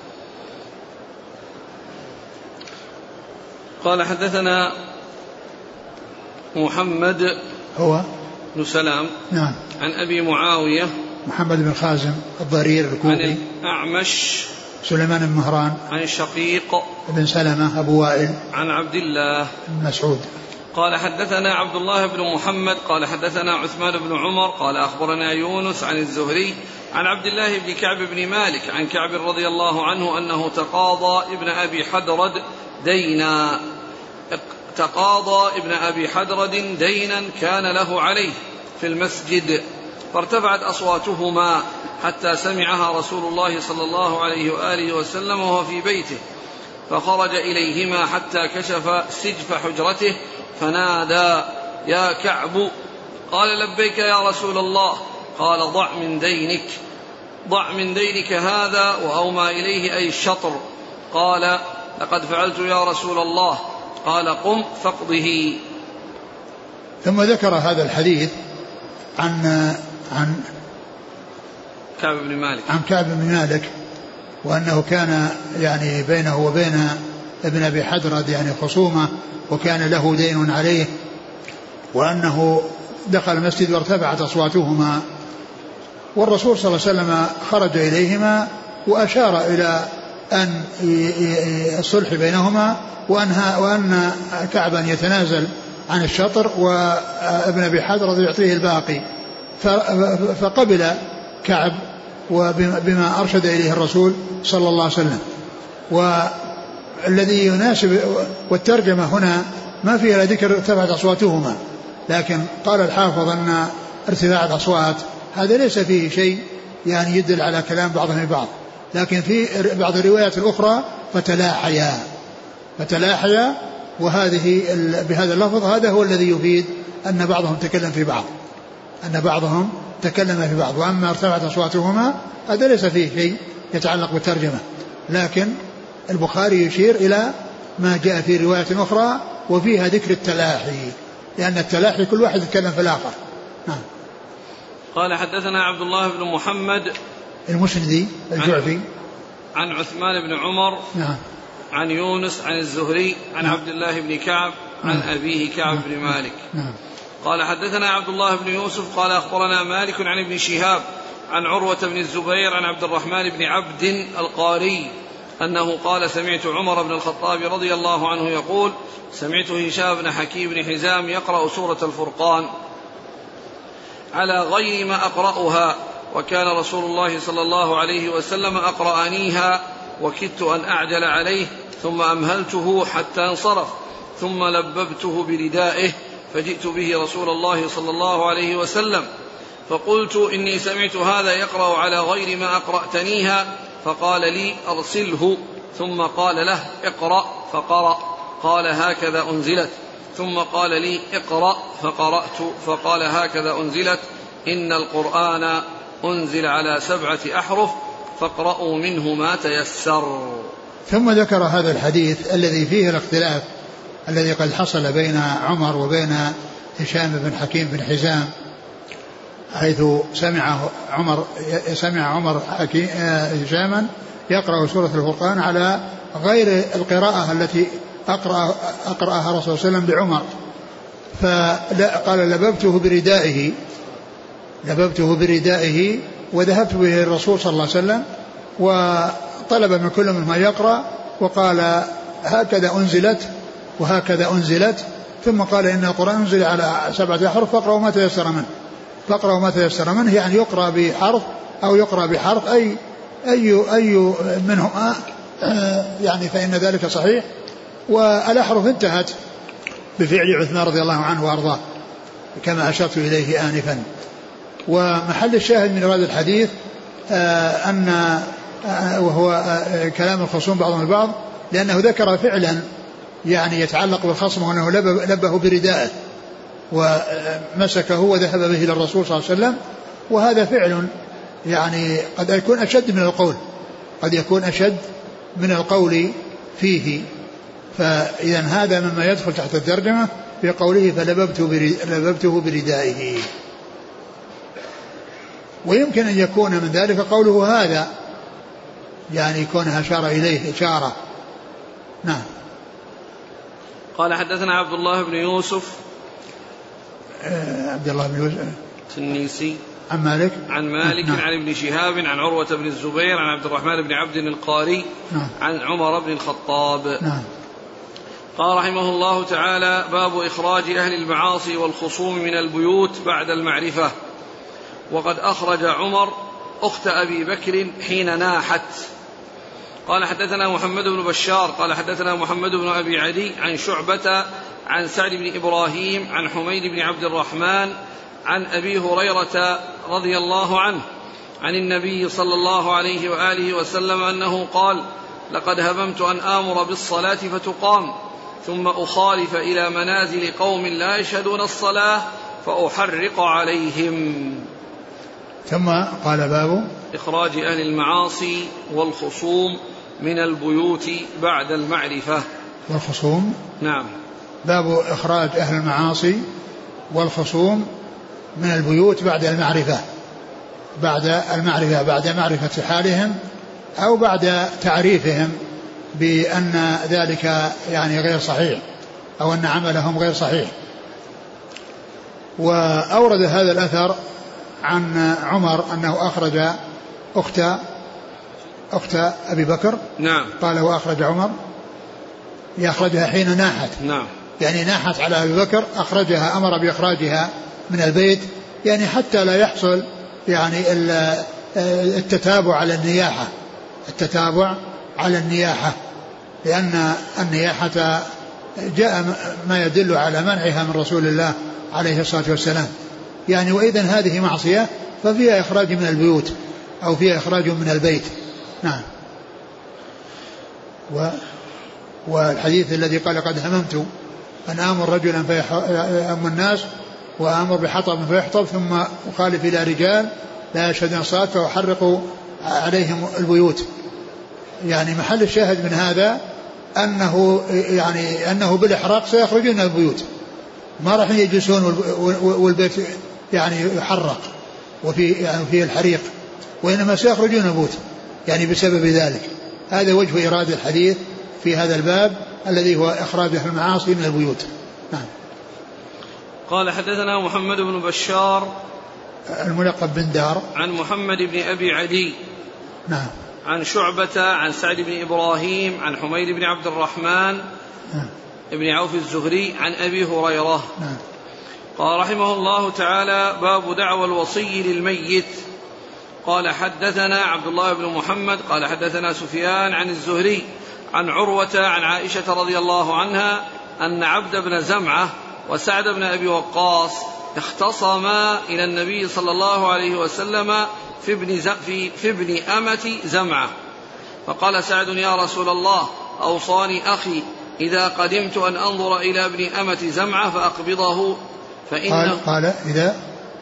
قال حدثنا محمد هو بن سلام. نعم. عن أبي معاوية محمد بن خازم الضرير الكوفي. عن الأعمش سليمان بن مهران. عن شقيق بن سلمة أبو وائل. عن عبد الله بن مسعود. قال حدثنا عبد الله بن محمد قال حدثنا عثمان بن عمر قال أخبرنا يونس عن الزهري عن عبد الله بن كعب بن مالك عن كعب رضي الله عنه أنه تقاضى ابن أبي حدرد دينا تقاضى ابن أبي حدرد دينا كان له عليه في المسجد، فارتفعت أصواتهما حتى سمعها رسول الله صلى الله عليه وآله وسلم وهو في بيته، فخرج إليهما حتى كشف سجف حجرته فنادى يا كعب، قال لبيك يا رسول الله، قال ضع من دينك ضع من دينك هذا، وأومى إليه أي الشطر، قال لقد فعلت يا رسول الله، قال قم فاقضه. ثم ذكر هذا الحديث عن عن كعب بن مالك عن كعب بن مالك، وأنه كان يعني بينه وبين ابن أبي حدرد يعني خصومة، وكان له دين عليه، وأنه دخل المسجد وارتفعت أصواتهما، والرسول صلى الله عليه وسلم خرج إليهما وأشار إلى أن الصلح بينهما، وأن وأن كعبا يتنازل عن الشطر وابن أبي حدرد يعطيه الباقي، فقبل كعب وبما أرشد إليه الرسول صلى الله عليه وسلم. والذي يناسب والترجمة هنا ما فيها ذكر ارتفعت أصواتهما، لكن قال الحافظ أن ارتفاع الأصوات هذا ليس فيه شيء يعني يدل على كلام بعضهم بعض، لكن في بعض الروايات الأخرى فتلاحيا فتلاحيا وهذه بهذا اللفظ هذا هو الذي يفيد أن بعضهم تكلم في بعض أن بعضهم تكلم في بعض. وأما ارتفعت أصواتهما هذا ليس فيه شيء يتعلق بالترجمة، لكن البخاري يشير إلى ما جاء في رواية أخرى وفيها ذكر التلاحي، لأن التلاحي كل واحد يتكلم في الآخر. نعم. قال حدثنا عبد الله بن محمد المسندي الجعفي عن, عن عثمان بن عمر. نعم. عن يونس عن الزهري عن نعم. عبد الله بن كعب عن نعم. أبيه كعب نعم. بن مالك. نعم. قال حدثنا عبد الله بن يوسف قال أخبرنا مالك عن ابن شهاب عن عروة بن الزبير عن عبد الرحمن بن عبد القاري أنه قال سمعت عمر بن الخطاب رضي الله عنه يقول سمعت هشام بن حكيم بن حزام يقرأ سورة الفرقان على غير ما أقرأها، وكان رسول الله صلى الله عليه وسلم أقرأنيها وكدت أن أعجل عليه ثم أمهلته حتى انصرف ثم لببته بردائه فجئت به رسول الله صلى الله عليه وسلم فقلت إني سمعت هذا يقرأ على غير ما أقرأتنيها، فقال لي أرسله، ثم قال له اقرأ فقرأ، قال هكذا أنزلت، ثم قال لي اقرأ فقرأت، فقال هكذا أنزلت، إن القرآن أنزل على سبعة أحرف فاقرأوا منه ما تيسر. ثم ذكر هذا الحديث الذي فيه الاختلاف الذي قد حصل بين عمر وبين هشام بن حكيم بن حزام، حيث سمع عمر سمع عمر هشاما يقرأ سورة الفرقان على غير القراءة التي أقرأ أقرأها رسول الله صلى الله عليه وسلم لعمر، فقال لببته بردائه لببته بردائه وذهبت به الرسول صلى الله عليه وسلم وطلب من كل منهما يقرأ، وقال هكذا أنزلت وهكذا أنزلت، ثم قال إن القرآن أنزل على سبعة أحرف فاقرأوا ما تيسر منه فاقرأوا ما تيسر منه يعني يقرأ بحرف أو يقرأ بحرف أي أي أي منهما يعني فإن ذلك صحيح، والأحرف انتهت بفعل عثمان رضي الله عنه وأرضاه كما أشرت إليه آنفا. ومحل الشاهد من هذا الحديث أن وهو كلام الخصوم بعضهم البعض، لأنه ذكر فعلا يعني يتعلق بالخصم، وأنه لبه بردائه ومسكه وذهب به إلى الرسول صلى الله عليه وسلم، وهذا فعل يعني قد يكون أشد من القول، قد يكون أشد من القول فيه. فإذا هذا مما يدخل تحت الترجمة في قوله فلببته بردائه. ويمكن أن يكون من ذلك قوله هذا، يعني يكون أشار إليه إشارة. نعم. قال حدثنا عبد الله بن يوسف عبد الله بن يوسف التنيسي عن مالك عن مالك نعم. عن ابن شهاب عن عروة بن الزبير عن عبد الرحمن بن عبد القاري نعم. عن عمر بن الخطاب. نعم. قال رحمه الله تعالى: باب إخراج أهل المعاصي والخصوم من البيوت بعد المعرفة. وقد أخرج عمر أخت أبي بكر حين ناحت. قال حدثنا محمد بن بشار قال حدثنا محمد بن أبي عدي عن شعبة عن سعد بن إبراهيم عن حميد بن عبد الرحمن عن أبي هريرة رضي الله عنه عن النبي صلى الله عليه وآله وسلم أنه قال: لقد هممت أن آمر بالصلاة فتقام ثم أخالف إلى منازل قوم لا يشهدون الصلاة فأحرق عليهم. ثم قال: باب إخراج أهل المعاصي والخصوم من البيوت بعد المعرفة. والخصوم نعم. باب إخراج أهل المعاصي والخصوم من البيوت بعد المعرفة، بعد المعرفة بعد معرفة حالهم أو بعد تعريفهم بأن ذلك يعني غير صحيح أو أن عملهم غير صحيح. وأورد هذا الأثر عن عمر أنه أخرج أخت أخت أبي بكر. نعم. قال وأخرج عمر يخرجها حين ناحت. نعم. يعني ناحت على أبي بكر، أخرجها، أمر بإخراجها من البيت، يعني حتى لا يحصل يعني التتابع على النياحة التتابع على النياحة لأن النياحة جاء ما يدل على منعها من رسول الله عليه الصلاة والسلام. يعني وإذن هذه معصية ففيها إخراج من البيوت أو فيها إخراج من البيت. نعم. و والحديث الذي قال: قد هممت أن آمر رجلا فيأم الناس وآمر بحطب فيحطب ثم أخالف إلى رجال لا يشهدون الصلاة فأحرق عليهم البيوت. يعني محل الشاهد من هذا أنه يعني أنه بالإحراق سيخرجون من البيوت، ما راح يجلسون والبيت يعني يحرق وفي يعني فيه الحريق، وإنما سيخرجون البيوت يعني بسبب ذلك. هذا وجه إرادة الحديث في هذا الباب الذي هو إخراج أهل المعاصي من البيوت. نعم. قال حدثنا محمد بن بشار الملقب بن دار عن محمد بن أبي عدي. نعم. عن شعبة عن سعد بن إبراهيم عن حميد بن عبد الرحمن نعم. ابن عوف الزهري عن أبي هريرة. نعم. قال رحمه الله تعالى: باب دعوى الوصي للميت. قال حدثنا عبد الله بن محمد قال حدثنا سفيان عن الزهري عن عروة عن عائشة رضي الله عنها أن عبد بن زمعة وسعد بن أبي وقاص اختصما إلى النبي صلى الله عليه وسلم في ابن, في, في ابن أمة زمعة، فقال سعد: يا رسول الله، أوصاني أخي إذا قدمت أن أنظر إلى ابن أمة زمعة فأقبضه فإنه قال, قال إذا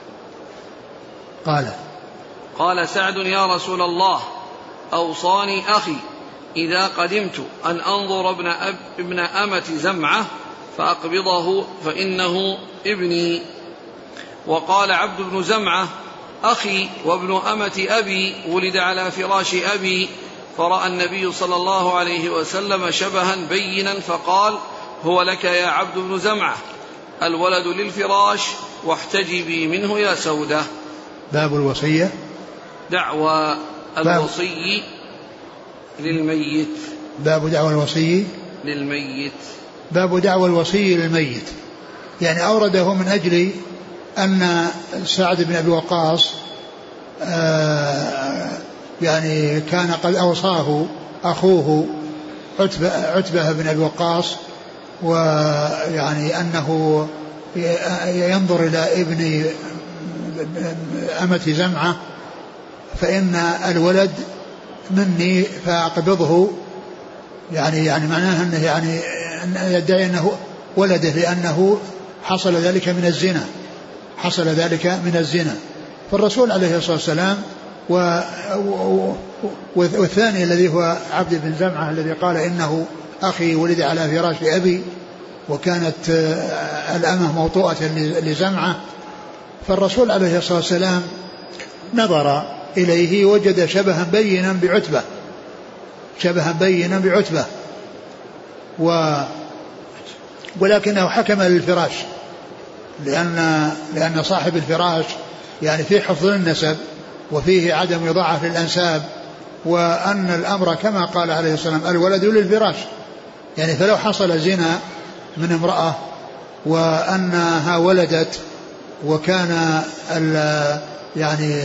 قال قال سعد: يا رسول الله، أوصاني أخي إذا قدمت أن أنظر ابن, أب ابن أمة زمعة فأقبضه فإنه ابني. وقال عبد بن زمعة: أخي وابن أمة أبي ولد على فراش أبي، فرأى النبي صلى الله عليه وسلم شبها بينا فقال: هو لك يا عبد بن زمعة، الولد للفراش واحتجبي منه يا سودة. باب الوصية. دعوى الوصي للميت. باب دعوى الوصي للميت. باب دعوى الوصي للميت، يعني أورده من أجل أن سعد بن أبي وقاص آه يعني كان قد أوصاه أخوه عتبة, عتبة بن أبي وقاص ويعني أنه ينظر إلى ابن أمة زمعة فإن الولد مني فأقبضه، يعني يعني معناه أنه يعني يدعي أنه ولده لأنه حصل ذلك من الزنا، حصل ذلك من الزنا. فالرسول عليه الصلاة والسلام و... والثاني الذي هو عبد بن زمعة الذي قال إنه أخي ولد على فراش أبي، وكانت الأمة موطوءة لزمعة. فالرسول عليه الصلاة والسلام نظر إليه وجد شبها بينا بعتبة، شبها بينا بعتبة و ولكنه حكم للفراش، لأن لأن صاحب الفراش يعني فيه حفظ النسب وفيه عدم إضاعة للأنساب، وأن الأمر كما قال عليه السلام الولد للفراش، يعني فلو حصل زنا من امرأة وأنها ولدت وكان يعني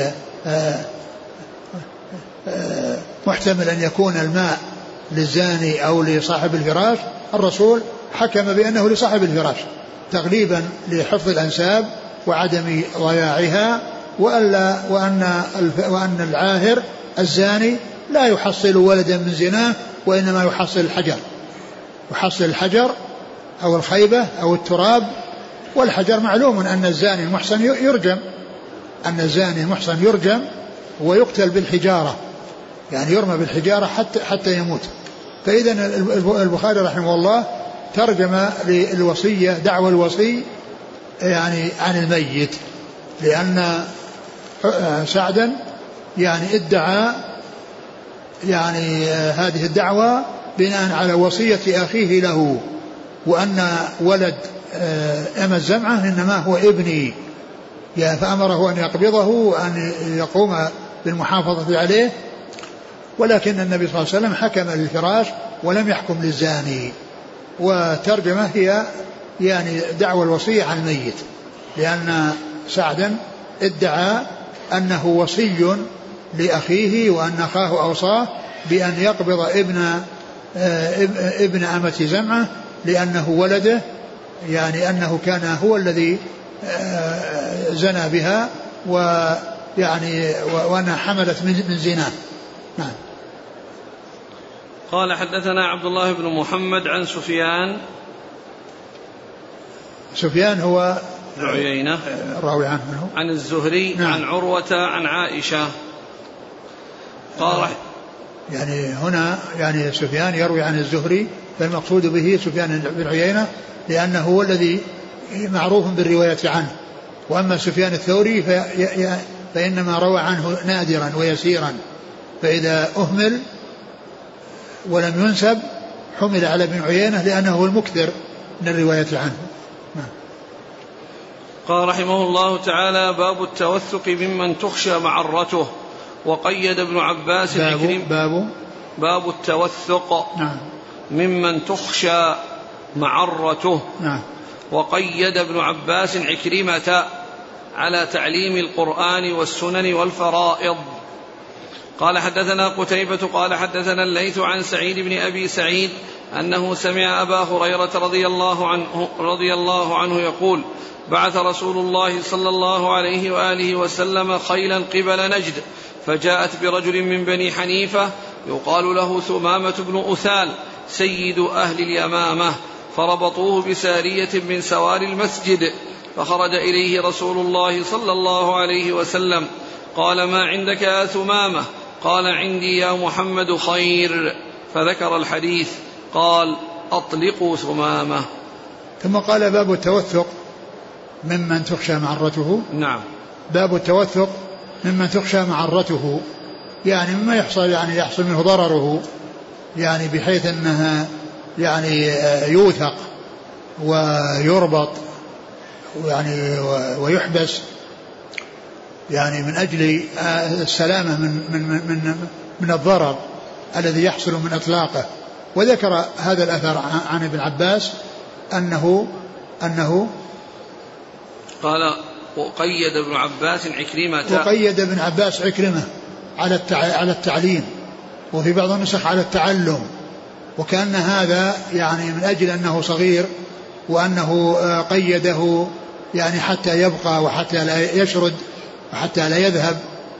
محتمل أن يكون الماء للزاني أو لصاحب الفراش، الرسول حكم بأنه لصاحب الفراش تغليبا لحفظ الأنساب وعدم ضياعها، وألا وأن وأن العاهر الزاني لا يحصل ولدا من زناه وإنما يحصل الحجر، يحصل الحجر أو الخيبة أو التراب. والحجر معلوم أن الزاني المحصن يرجم، أن الزاني المحصن يرجم ويقتل بالحجارة، يعني يرمى بالحجارة حتى حتى يموت. فإذا البخاري رحمه الله ترجم للوصية دعوى الوصي يعني عن الميت، لأن سعدا يعني ادعى يعني هذه الدعوة بناء على وصية أخيه له، وأن ولد أمة زمعة إنما هو ابني، فأمره أن يقبضه وأن يقوم بالمحافظة عليه، ولكن النبي صلى الله عليه وسلم حكم للفراش ولم يحكم للزاني. وترجمة هي يعني دعوى الوصية عن الميت، لأن سعدا ادعى أنه وصي لأخيه وأن أخاه أوصاه بأن يقبض ابن ابن أمة زمعة لأنه ولده، يعني أنه كان هو الذي زنى بها ويعني وأنها حملت من زنا. نعم. قال حدثنا عبد الله بن محمد عن سفيان سفيان هو عيينة راوي عنه عن الزهري. نعم. عن عروة عن عائشة قال يعني هنا يعني سفيان يروي عن الزهري، فالمقصود به سفيان بن عيينة لأنه هو الذي معروف بالرواية عنه، وأما سفيان الثوري فإنما روى عنه نادرا ويسيرا، فإذا أهمل ولم ينسب حمل على ابن عيينة لأنه هو المكثر من الرواية عنه. قال رحمه الله تعالى باب التوثق ممن تخشى معرته. وقيد ابن عباس باب, باب, باب التوثق نعم ممن تخشى معرته. نعم. وقيد ابن عباس عكرمة على تعليم القرآن والسنن والفرائض. قال حدثنا قتيبة قال حدثنا الليث عن سعيد بن أبي سعيد أنه سمع أبا هريرة رضي الله عنه, رضي الله عنه يقول بعث رسول الله صلى الله عليه وآله وسلم خيلا قبل نجد، فجاءت برجل من بني حنيفة يقال له ثمامة بن أثال سيد أهل اليمامة، فربطوه بسارية من سوار المسجد، فخرج إليه رسول الله صلى الله عليه وسلم قال ما عندك يا ثمامة؟ قال عندي يا محمد خير، فذكر الحديث. قال أطلقوا ثمامة. ثم قال باب التوثق ممن تخشى معرته. نعم. باب التوثق ممن تخشى معرته، يعني مما يحصل يعني يحصل منه ضرره، يعني بحيث أنها يعني يوثق ويربط يعني ويحبس يعني من أجل السلامة من من من من الضرر الذي يحصل من إطلاقه. وذكر هذا الأثر عن ابن عباس أنه أنه قال وقيد ابن عباس عكرمة وقيد ابن عباس عكرمة على على التعليم، وفي بعض النسخ على التعلم، وكأن هذا يعني من أجل أنه صغير وأنه قيده يعني حتى يبقى وحتى لا يشرد وحتى لا يذهب.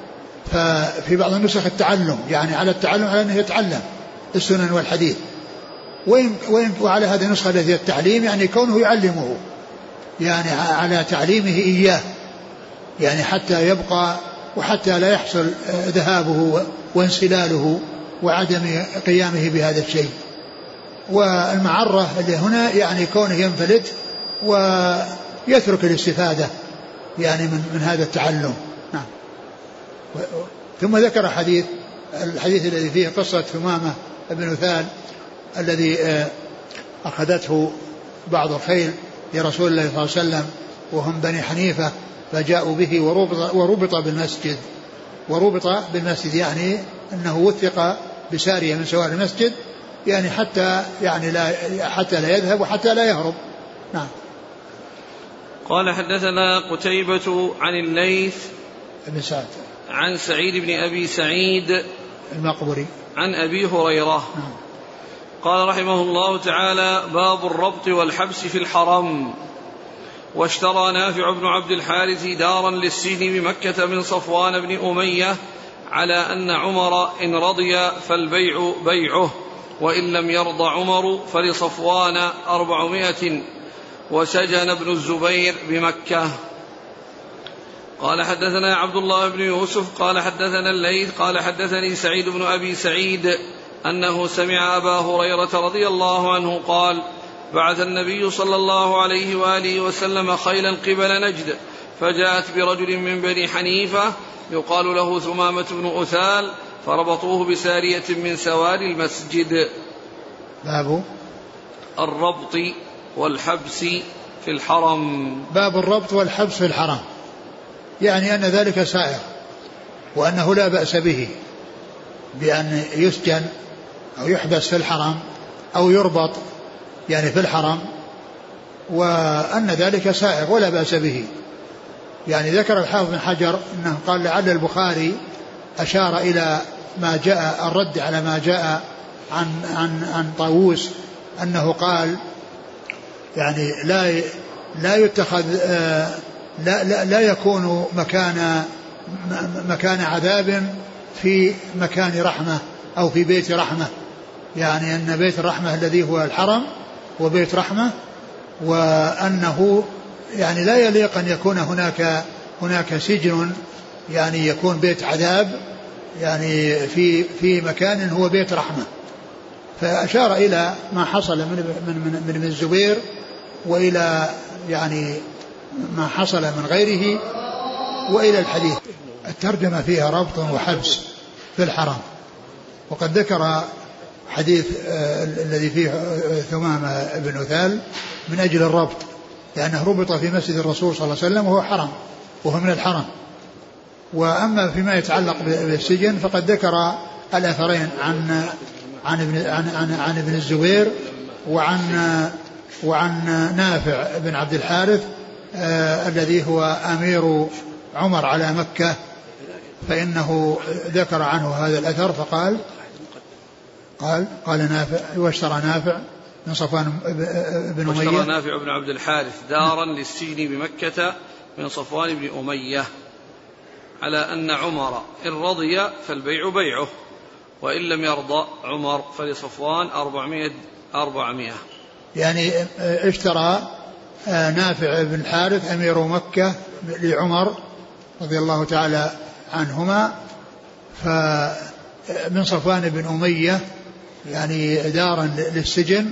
ففي بعض النسخ التعلم يعني على التعلم على أنه يتعلم السنن والحديث، وإن وإن وعلى هذه النسخة التي التعليم يعني كونه يعلمه يعني على تعليمه إياه يعني حتى يبقى وحتى لا يحصل ذهابه وانسلاله وعدم قيامه بهذا الشيء. والمعرة اللي هنا يعني كونه ينفلت ويترك الاستفادة يعني من, من هذا التعلم. نعم. ثم ذكر حديث الحديث الذي فيه قصة ثمامة بن أثال الذي أخذته بعض الخيل لرسول الله صلى الله عليه وسلم وهم بني حنيفة، فجاءوا به وربط, وربط بالمسجد وربط بالمسجد يعني أنه وثق بسارية من سوار المسجد يعني حتى يعني لا حتى لا يذهب وحتى لا يهرب. نعم. قال حدثنا قتيبة عن الليث بن سعد عن سعيد بن أبي سعيد المقبري عن أبي هريرة. نعم. قال رحمه الله تعالى: باب الربط والحبس في الحرم. واشترى نافع بن عبد الحارث دارا للسجن بمكة من صفوان بن أمية على أن عمر إن رضي فالبيع بيعه وإن لم يرض عمر فلصفوان أربعمائة، وسجن ابن الزبير بمكة. قال حدثنا عبد الله بن يوسف قال حدثنا الليث قال حدثني سعيد بن أبي سعيد أنه سمع أبا هريرة رضي الله عنه قال: بعث النبي صلى الله عليه وآله وسلم خيلا قبل نجد، فجاءت برجل من بني حنيفة يقال له ثمامة بن أثال، فربطوه بسارية من سوار المسجد. باب الربط والحبس في الحرم. باب الربط والحبس في الحرم، يعني أن ذلك سائر وأنه لا بأس به بأن يسجن أو يحبس في الحرم أو يربط يعني في الحرم، وأن ذلك سائر ولا بأس به. يعني ذكر الحافظ بن حجر أنه قال لعل البخاري أشار إلى ما جاء الرد على ما جاء عن عن عن طاووس أنه قال يعني لا لا يتخذ لا لا, لا يكون مكان مكان عذاب في مكان رحمة أو في بيت رحمة، يعني أن بيت الرحمة الذي هو الحرم وبيت رحمة، وأنه يعني لا يليق أن يكون هناك هناك سجن يعني يكون بيت عذاب يعني في في مكان هو بيت رحمة. فأشار إلى ما حصل من من من, من الزبير وإلى يعني ما حصل من غيره وإلى الحديث. الترجمة فيها ربط وحبس في الحرم. وقد ذكر حديث الذي فيه ثمامة بن أثال من أجل الربط، لأنه ربط في مسجد الرسول صلى الله عليه وسلم وهو حرم وهو من الحرم. وأما فيما يتعلق بالسجن فقد ذكر الأثرين عن عن ابن عن عن, عن ابن الزبير وعن وعن نافع بن عبد الحارث آه الذي هو أمير عمر على مكة، فإنه ذكر عنه هذا الأثر فقال قال قال نافع واشترى نافع من صفوان بن أمية واشترى نافع بن عبد الحارث دارا للسجن بمكة من صفوان بن أمية على أن عمر إن رضي فالبيع بيعه وإن لم يرضى عمر فلصفوان أربعمائة أربعمائة. يعني اشترى نافع بن الحارث أمير مكة لعمر رضي الله تعالى عنهما فمن صفوان بن أمية يعني دارا للسجن،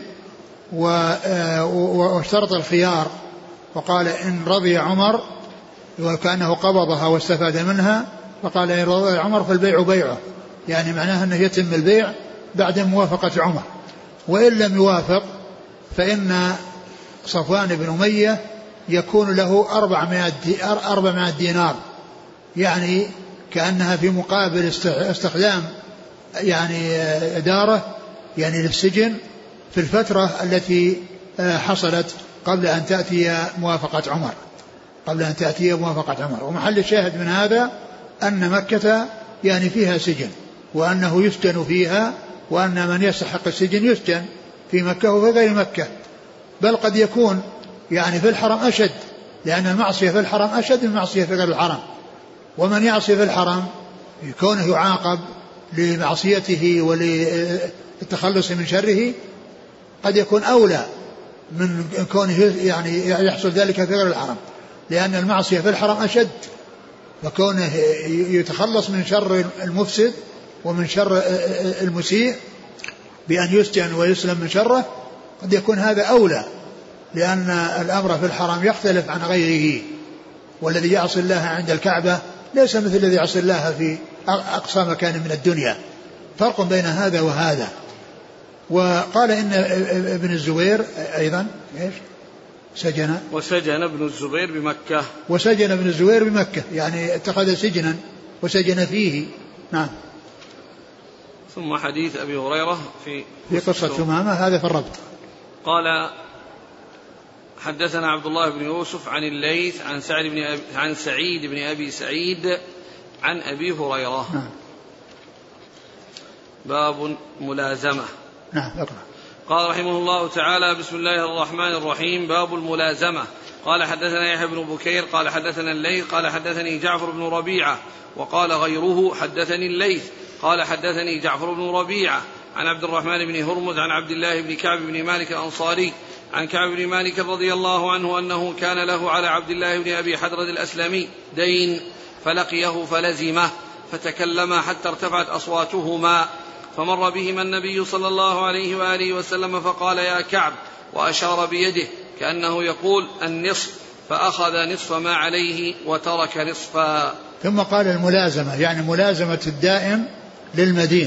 واشترط الخيار وقال إن رضي عمر وكأنه قبضها واستفاد منها، فقال إن رضي عمر فالبيع بيعه، يعني معناه أنه يتم البيع بعد موافقة عمر، وإن لم يوافق فإن صفوان بن أمية يكون له أربعمائة دينار، يعني كأنها في مقابل استخدام يعني داره يعني للسجن في الفترة التي حصلت قبل أن تأتي موافقة عمر قبل أن تأتي موافقة عمر. ومحل الشاهد من هذا أن مكة يعني فيها سجن وأنه يسجن فيها وأن من يستحق السجن يسجن في مكة وفي غير مكة، بل قد يكون يعني في الحرم أشد، لأن المعصية في الحرم أشد من المعصية في غير الحرم. ومن يعصي في الحرم كونه يعاقب لمعصيته وللتخلص من شره قد يكون أولى من كونه يعني يحصل ذلك في غير الحرم، لأن المعصية في الحرم أشد، وكونه يتخلص من شر المفسد ومن شر المسيء بأن يسجن ويسلم من شره قد يكون هذا أولى، لأن الأمر في الحرم يختلف عن غيره، والذي يعصي الله عند الكعبة ليس مثل الذي يعصي الله في أقصى مكان من الدنيا، فرق بين هذا وهذا. وقال إن ابن الزبير أيضا إيش سجن وسجن ابن الزبير بمكة وسجن ابن الزبير بمكة يعني اتخذ سجنا وسجن فيه. نعم. ثم حديث أبي هريرة في في قصة ثمامة هذا في الربط. قال حدثنا عبد الله بن يوسف عن الليث عن سعيد بن أبي عن سعيد بن أبي سعيد عن أبي هريرة. نعم. باب ملازمة. نعم اقرأ. قال رحمه الله تعالى بسم الله الرحمن الرحيم باب الملازمة. قال حدثنا يحيى بن بكير قال حدثنا الليث قال حدثني جعفر بن ربيعة وقال غيره حدثني الليث قال حدثني جعفر بن ربيعة عن عبد الرحمن بن هرمز عن عبد الله بن كعب بن مالك الأنصاري عن كعب بن مالك رضي الله عنه أنه كان له على عبد الله بن أبي حدرد الأسلمي دين فلقيه فلزمه فتكلما حتى ارتفعت أصواتهما فمر بهما النبي صلى الله عليه وآله وسلم فقال يا كعب وأشار بيده كأنه يقول النصف فأخذ نصف ما عليه وترك نصفا. ثم قال الملازمة يعني ملازمة الدائن للمدين،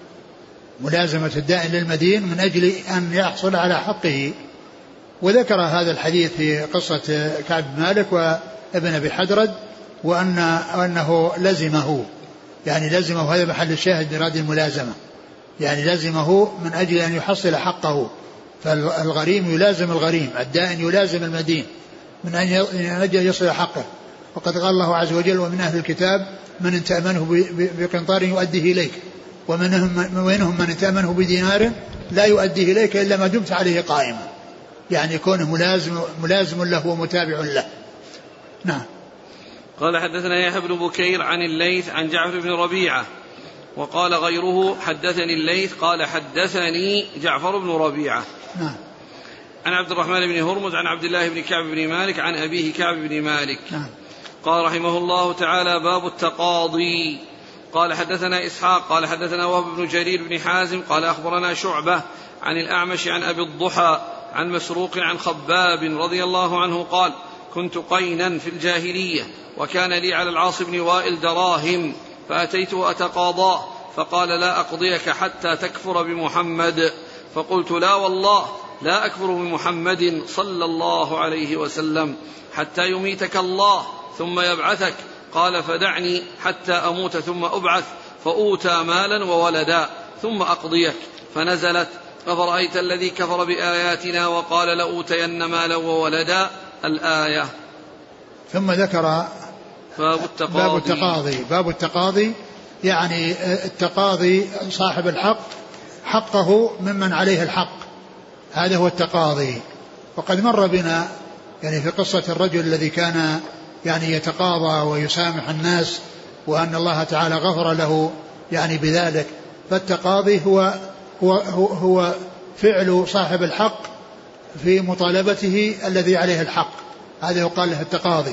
ملازمة الدائن للمدين من أجل أن يحصل على حقه. وذكر هذا الحديث في قصة كعب بن مالك وابن أبي حدرد وأن أنه لزمه يعني لزمه هذا محل الشاهد براد الملازمة يعني لزمه من أجل أن يحصل حقه. فالغريم يلازم الغريم، الدائن يلازم المدين من أجل يصل حقه. وقد قال الله عز وجل ومن أهل الكتاب من إن تأمنه بقنطار يؤديه إليك ومنهم من إن تأمنه بدينار لا يؤديه إليك إلا ما دمت عليه قائما، يعني يكون ملازم, ملازم له ومتابع له. نعم. قال حدثنا يحيى بن بكير عن الليث عن جعفر بن ربيعة وقال غيره حدثني الليث قال حدثني جعفر بن ربيعة. نعم. عن عبد الرحمن بن هرمز عن عبد الله بن كعب بن مالك عن أبيه كعب بن مالك. نعم. قال رحمه الله تعالى باب التقاضي. قال حدثنا إسحاق قال حدثنا وهب بن جرير بن حازم قال أخبرنا شعبة عن الأعمش عن أبي الضحى عن مسروق عن خباب رضي الله عنه قال كنت قينا في الجاهلية وكان لي على العاص بن وائل دراهم فأتيته أتقاضاه فقال لا أقضيك حتى تكفر بمحمد فقلت لا والله لا أكفر بمحمد صلى الله عليه وسلم حتى يميتك الله ثم يبعثك قال فدعني حتى أموت ثم أبعث فأوتى مالا وولدا ثم أقضيك فنزلت أفرأيت الذي كفر بآياتنا وقال لأوتين مالا وولدا الآية. ثم ذكر باب التقاضي. باب التقاضي باب التقاضي يعني التقاضي صاحب الحق حقه ممن عليه الحق، هذا هو التقاضي. وقد مر بنا يعني في قصة الرجل الذي كان يعني يتقاضى ويسامح الناس وأن الله تعالى غفر له يعني بذلك. فالتقاضي هو هو هو, هو فعل صاحب الحق في مطالبته الذي عليه الحق، هذا يقال له التقاضي.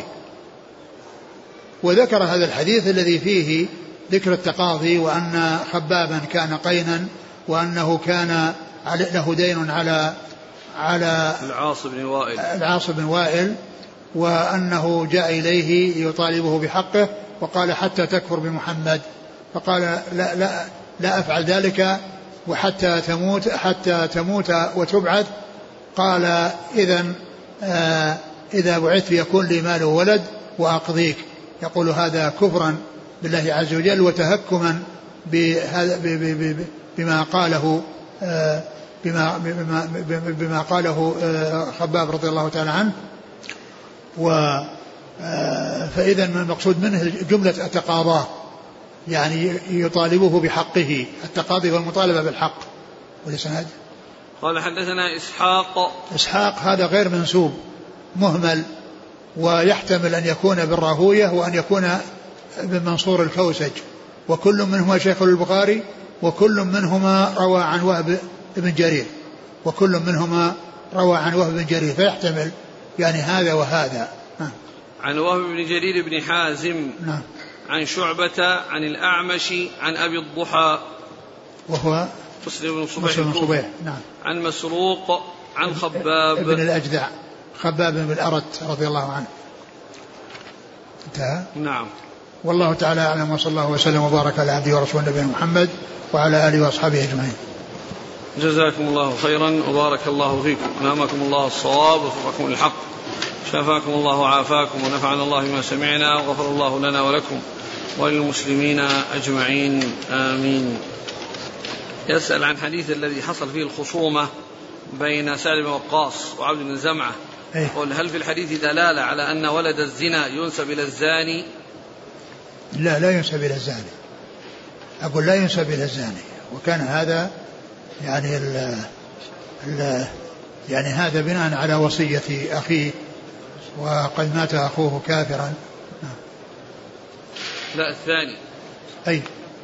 وذكر هذا الحديث الذي فيه ذكر التقاضي وأن خبابا كان قينا وأنه كان له دين على على العاص بن وائل العاص بن وائل وأنه جاء إليه يطالبه بحقه وقال حتى تكفر بمحمد، فقال لا, لا, لا أفعل ذلك وحتى تموت حتى تموت وتبعث. قال إذن آه إذا بعثت يكون لي مال وولد وأقضيك. يقول هذا كفرا بالله عز وجل وتهكما بما قاله آه بما, بما, بما قاله آه خباب رضي الله تعالى عنه. و فإذا المقصود منه جملة تقاضاه يعني يطالبه بحقه، التقاضي والمطالبة بالحق. والإسناد قال حدثنا إسحاق. إسحاق هذا غير منسوب، مهمل، ويحتمل أن يكون بالراهوية وأن يكون بمنصور الكوسج، وكل منهما شيخ البخاري، وكل منهما روى عن وهب بن جرير، وكل منهما روى عن وهب بن جرير، فيحتمل يعني هذا وهذا. نعم. عن وهب بن جرير بن حازم. نعم. عن شعبة عن الأعمش عن أبي الضحى وهو مسلم بن صبيح. مسلم بن صبيح. نعم. عن مسروق عن خباب ابن الأجدع، خباب بن الأرت رضي الله عنه. انتهى. نعم. والله تعالى أعلم، وصلى الله وسلم وبارك على عبده ورسوله نبينا محمد وعلى آله وأصحابه أجمعين. جزاكم الله خيرا وبارك الله فيكم، ألهمكم الله الصواب ووفقكم للحق، شفاكم الله وعافاكم، ونفعنا الله بما سمعنا، وغفر الله لنا ولكم وللمسلمين أجمعين، آمين. يسأل عن حديث الذي حصل فيه الخصومة بين سالم بن وقاص وعبد بن زمعة. قل هل في الحديث دلالة على أن ولد الزنا ينسب إلى الزاني؟ لا، لا ينسب إلى الزاني، أقول لا ينسب إلى الزاني، وكان هذا يعني ال ال يعني هذا بناء على وصية أخيه، وقد مات أخوه كافرا. لا الثاني. أي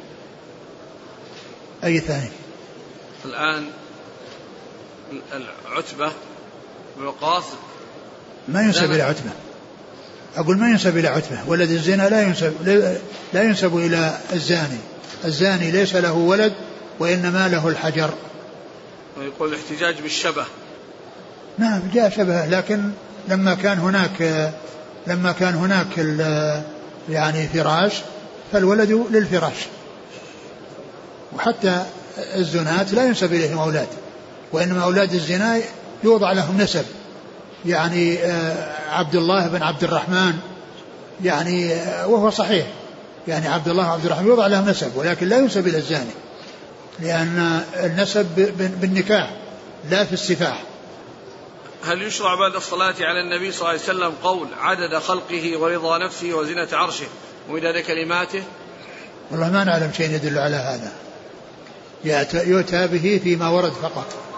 أي ثاني؟ الآن العتبة بن وقاص ما ينسب إلى عتبة، أقول ما ينسب إلى عتبة، ولد الزنا لا ينسب لا ينسب إلى الزاني، الزاني ليس له ولد وإنما له الحجر. ويقول الاحتجاج بالشبه. نعم جاء شبه، لكن لما كان هناك لما كان هناك يعني فراش فالولد للفراش، وحتى الزنات لا ينسب إليهم أولاد، وإنما أولاد الزنا يوضع لهم نسب، يعني عبد الله بن عبد الرحمن يعني وهو صحيح، يعني عبد الله وعبد الرحمن يوضع لهم نسب، ولكن لا ينسب إلى الزاني، لأن النسب بالنكاح لا في السفاح. هل يشرع بعد الصلاة على النبي صلى الله عليه وسلم قول عدد خلقه ورضا نفسه وزنة عرشه ومداد كلماته؟ والله ما نعلم شيء يدل على هذا، يؤتى به فيما ورد فقط.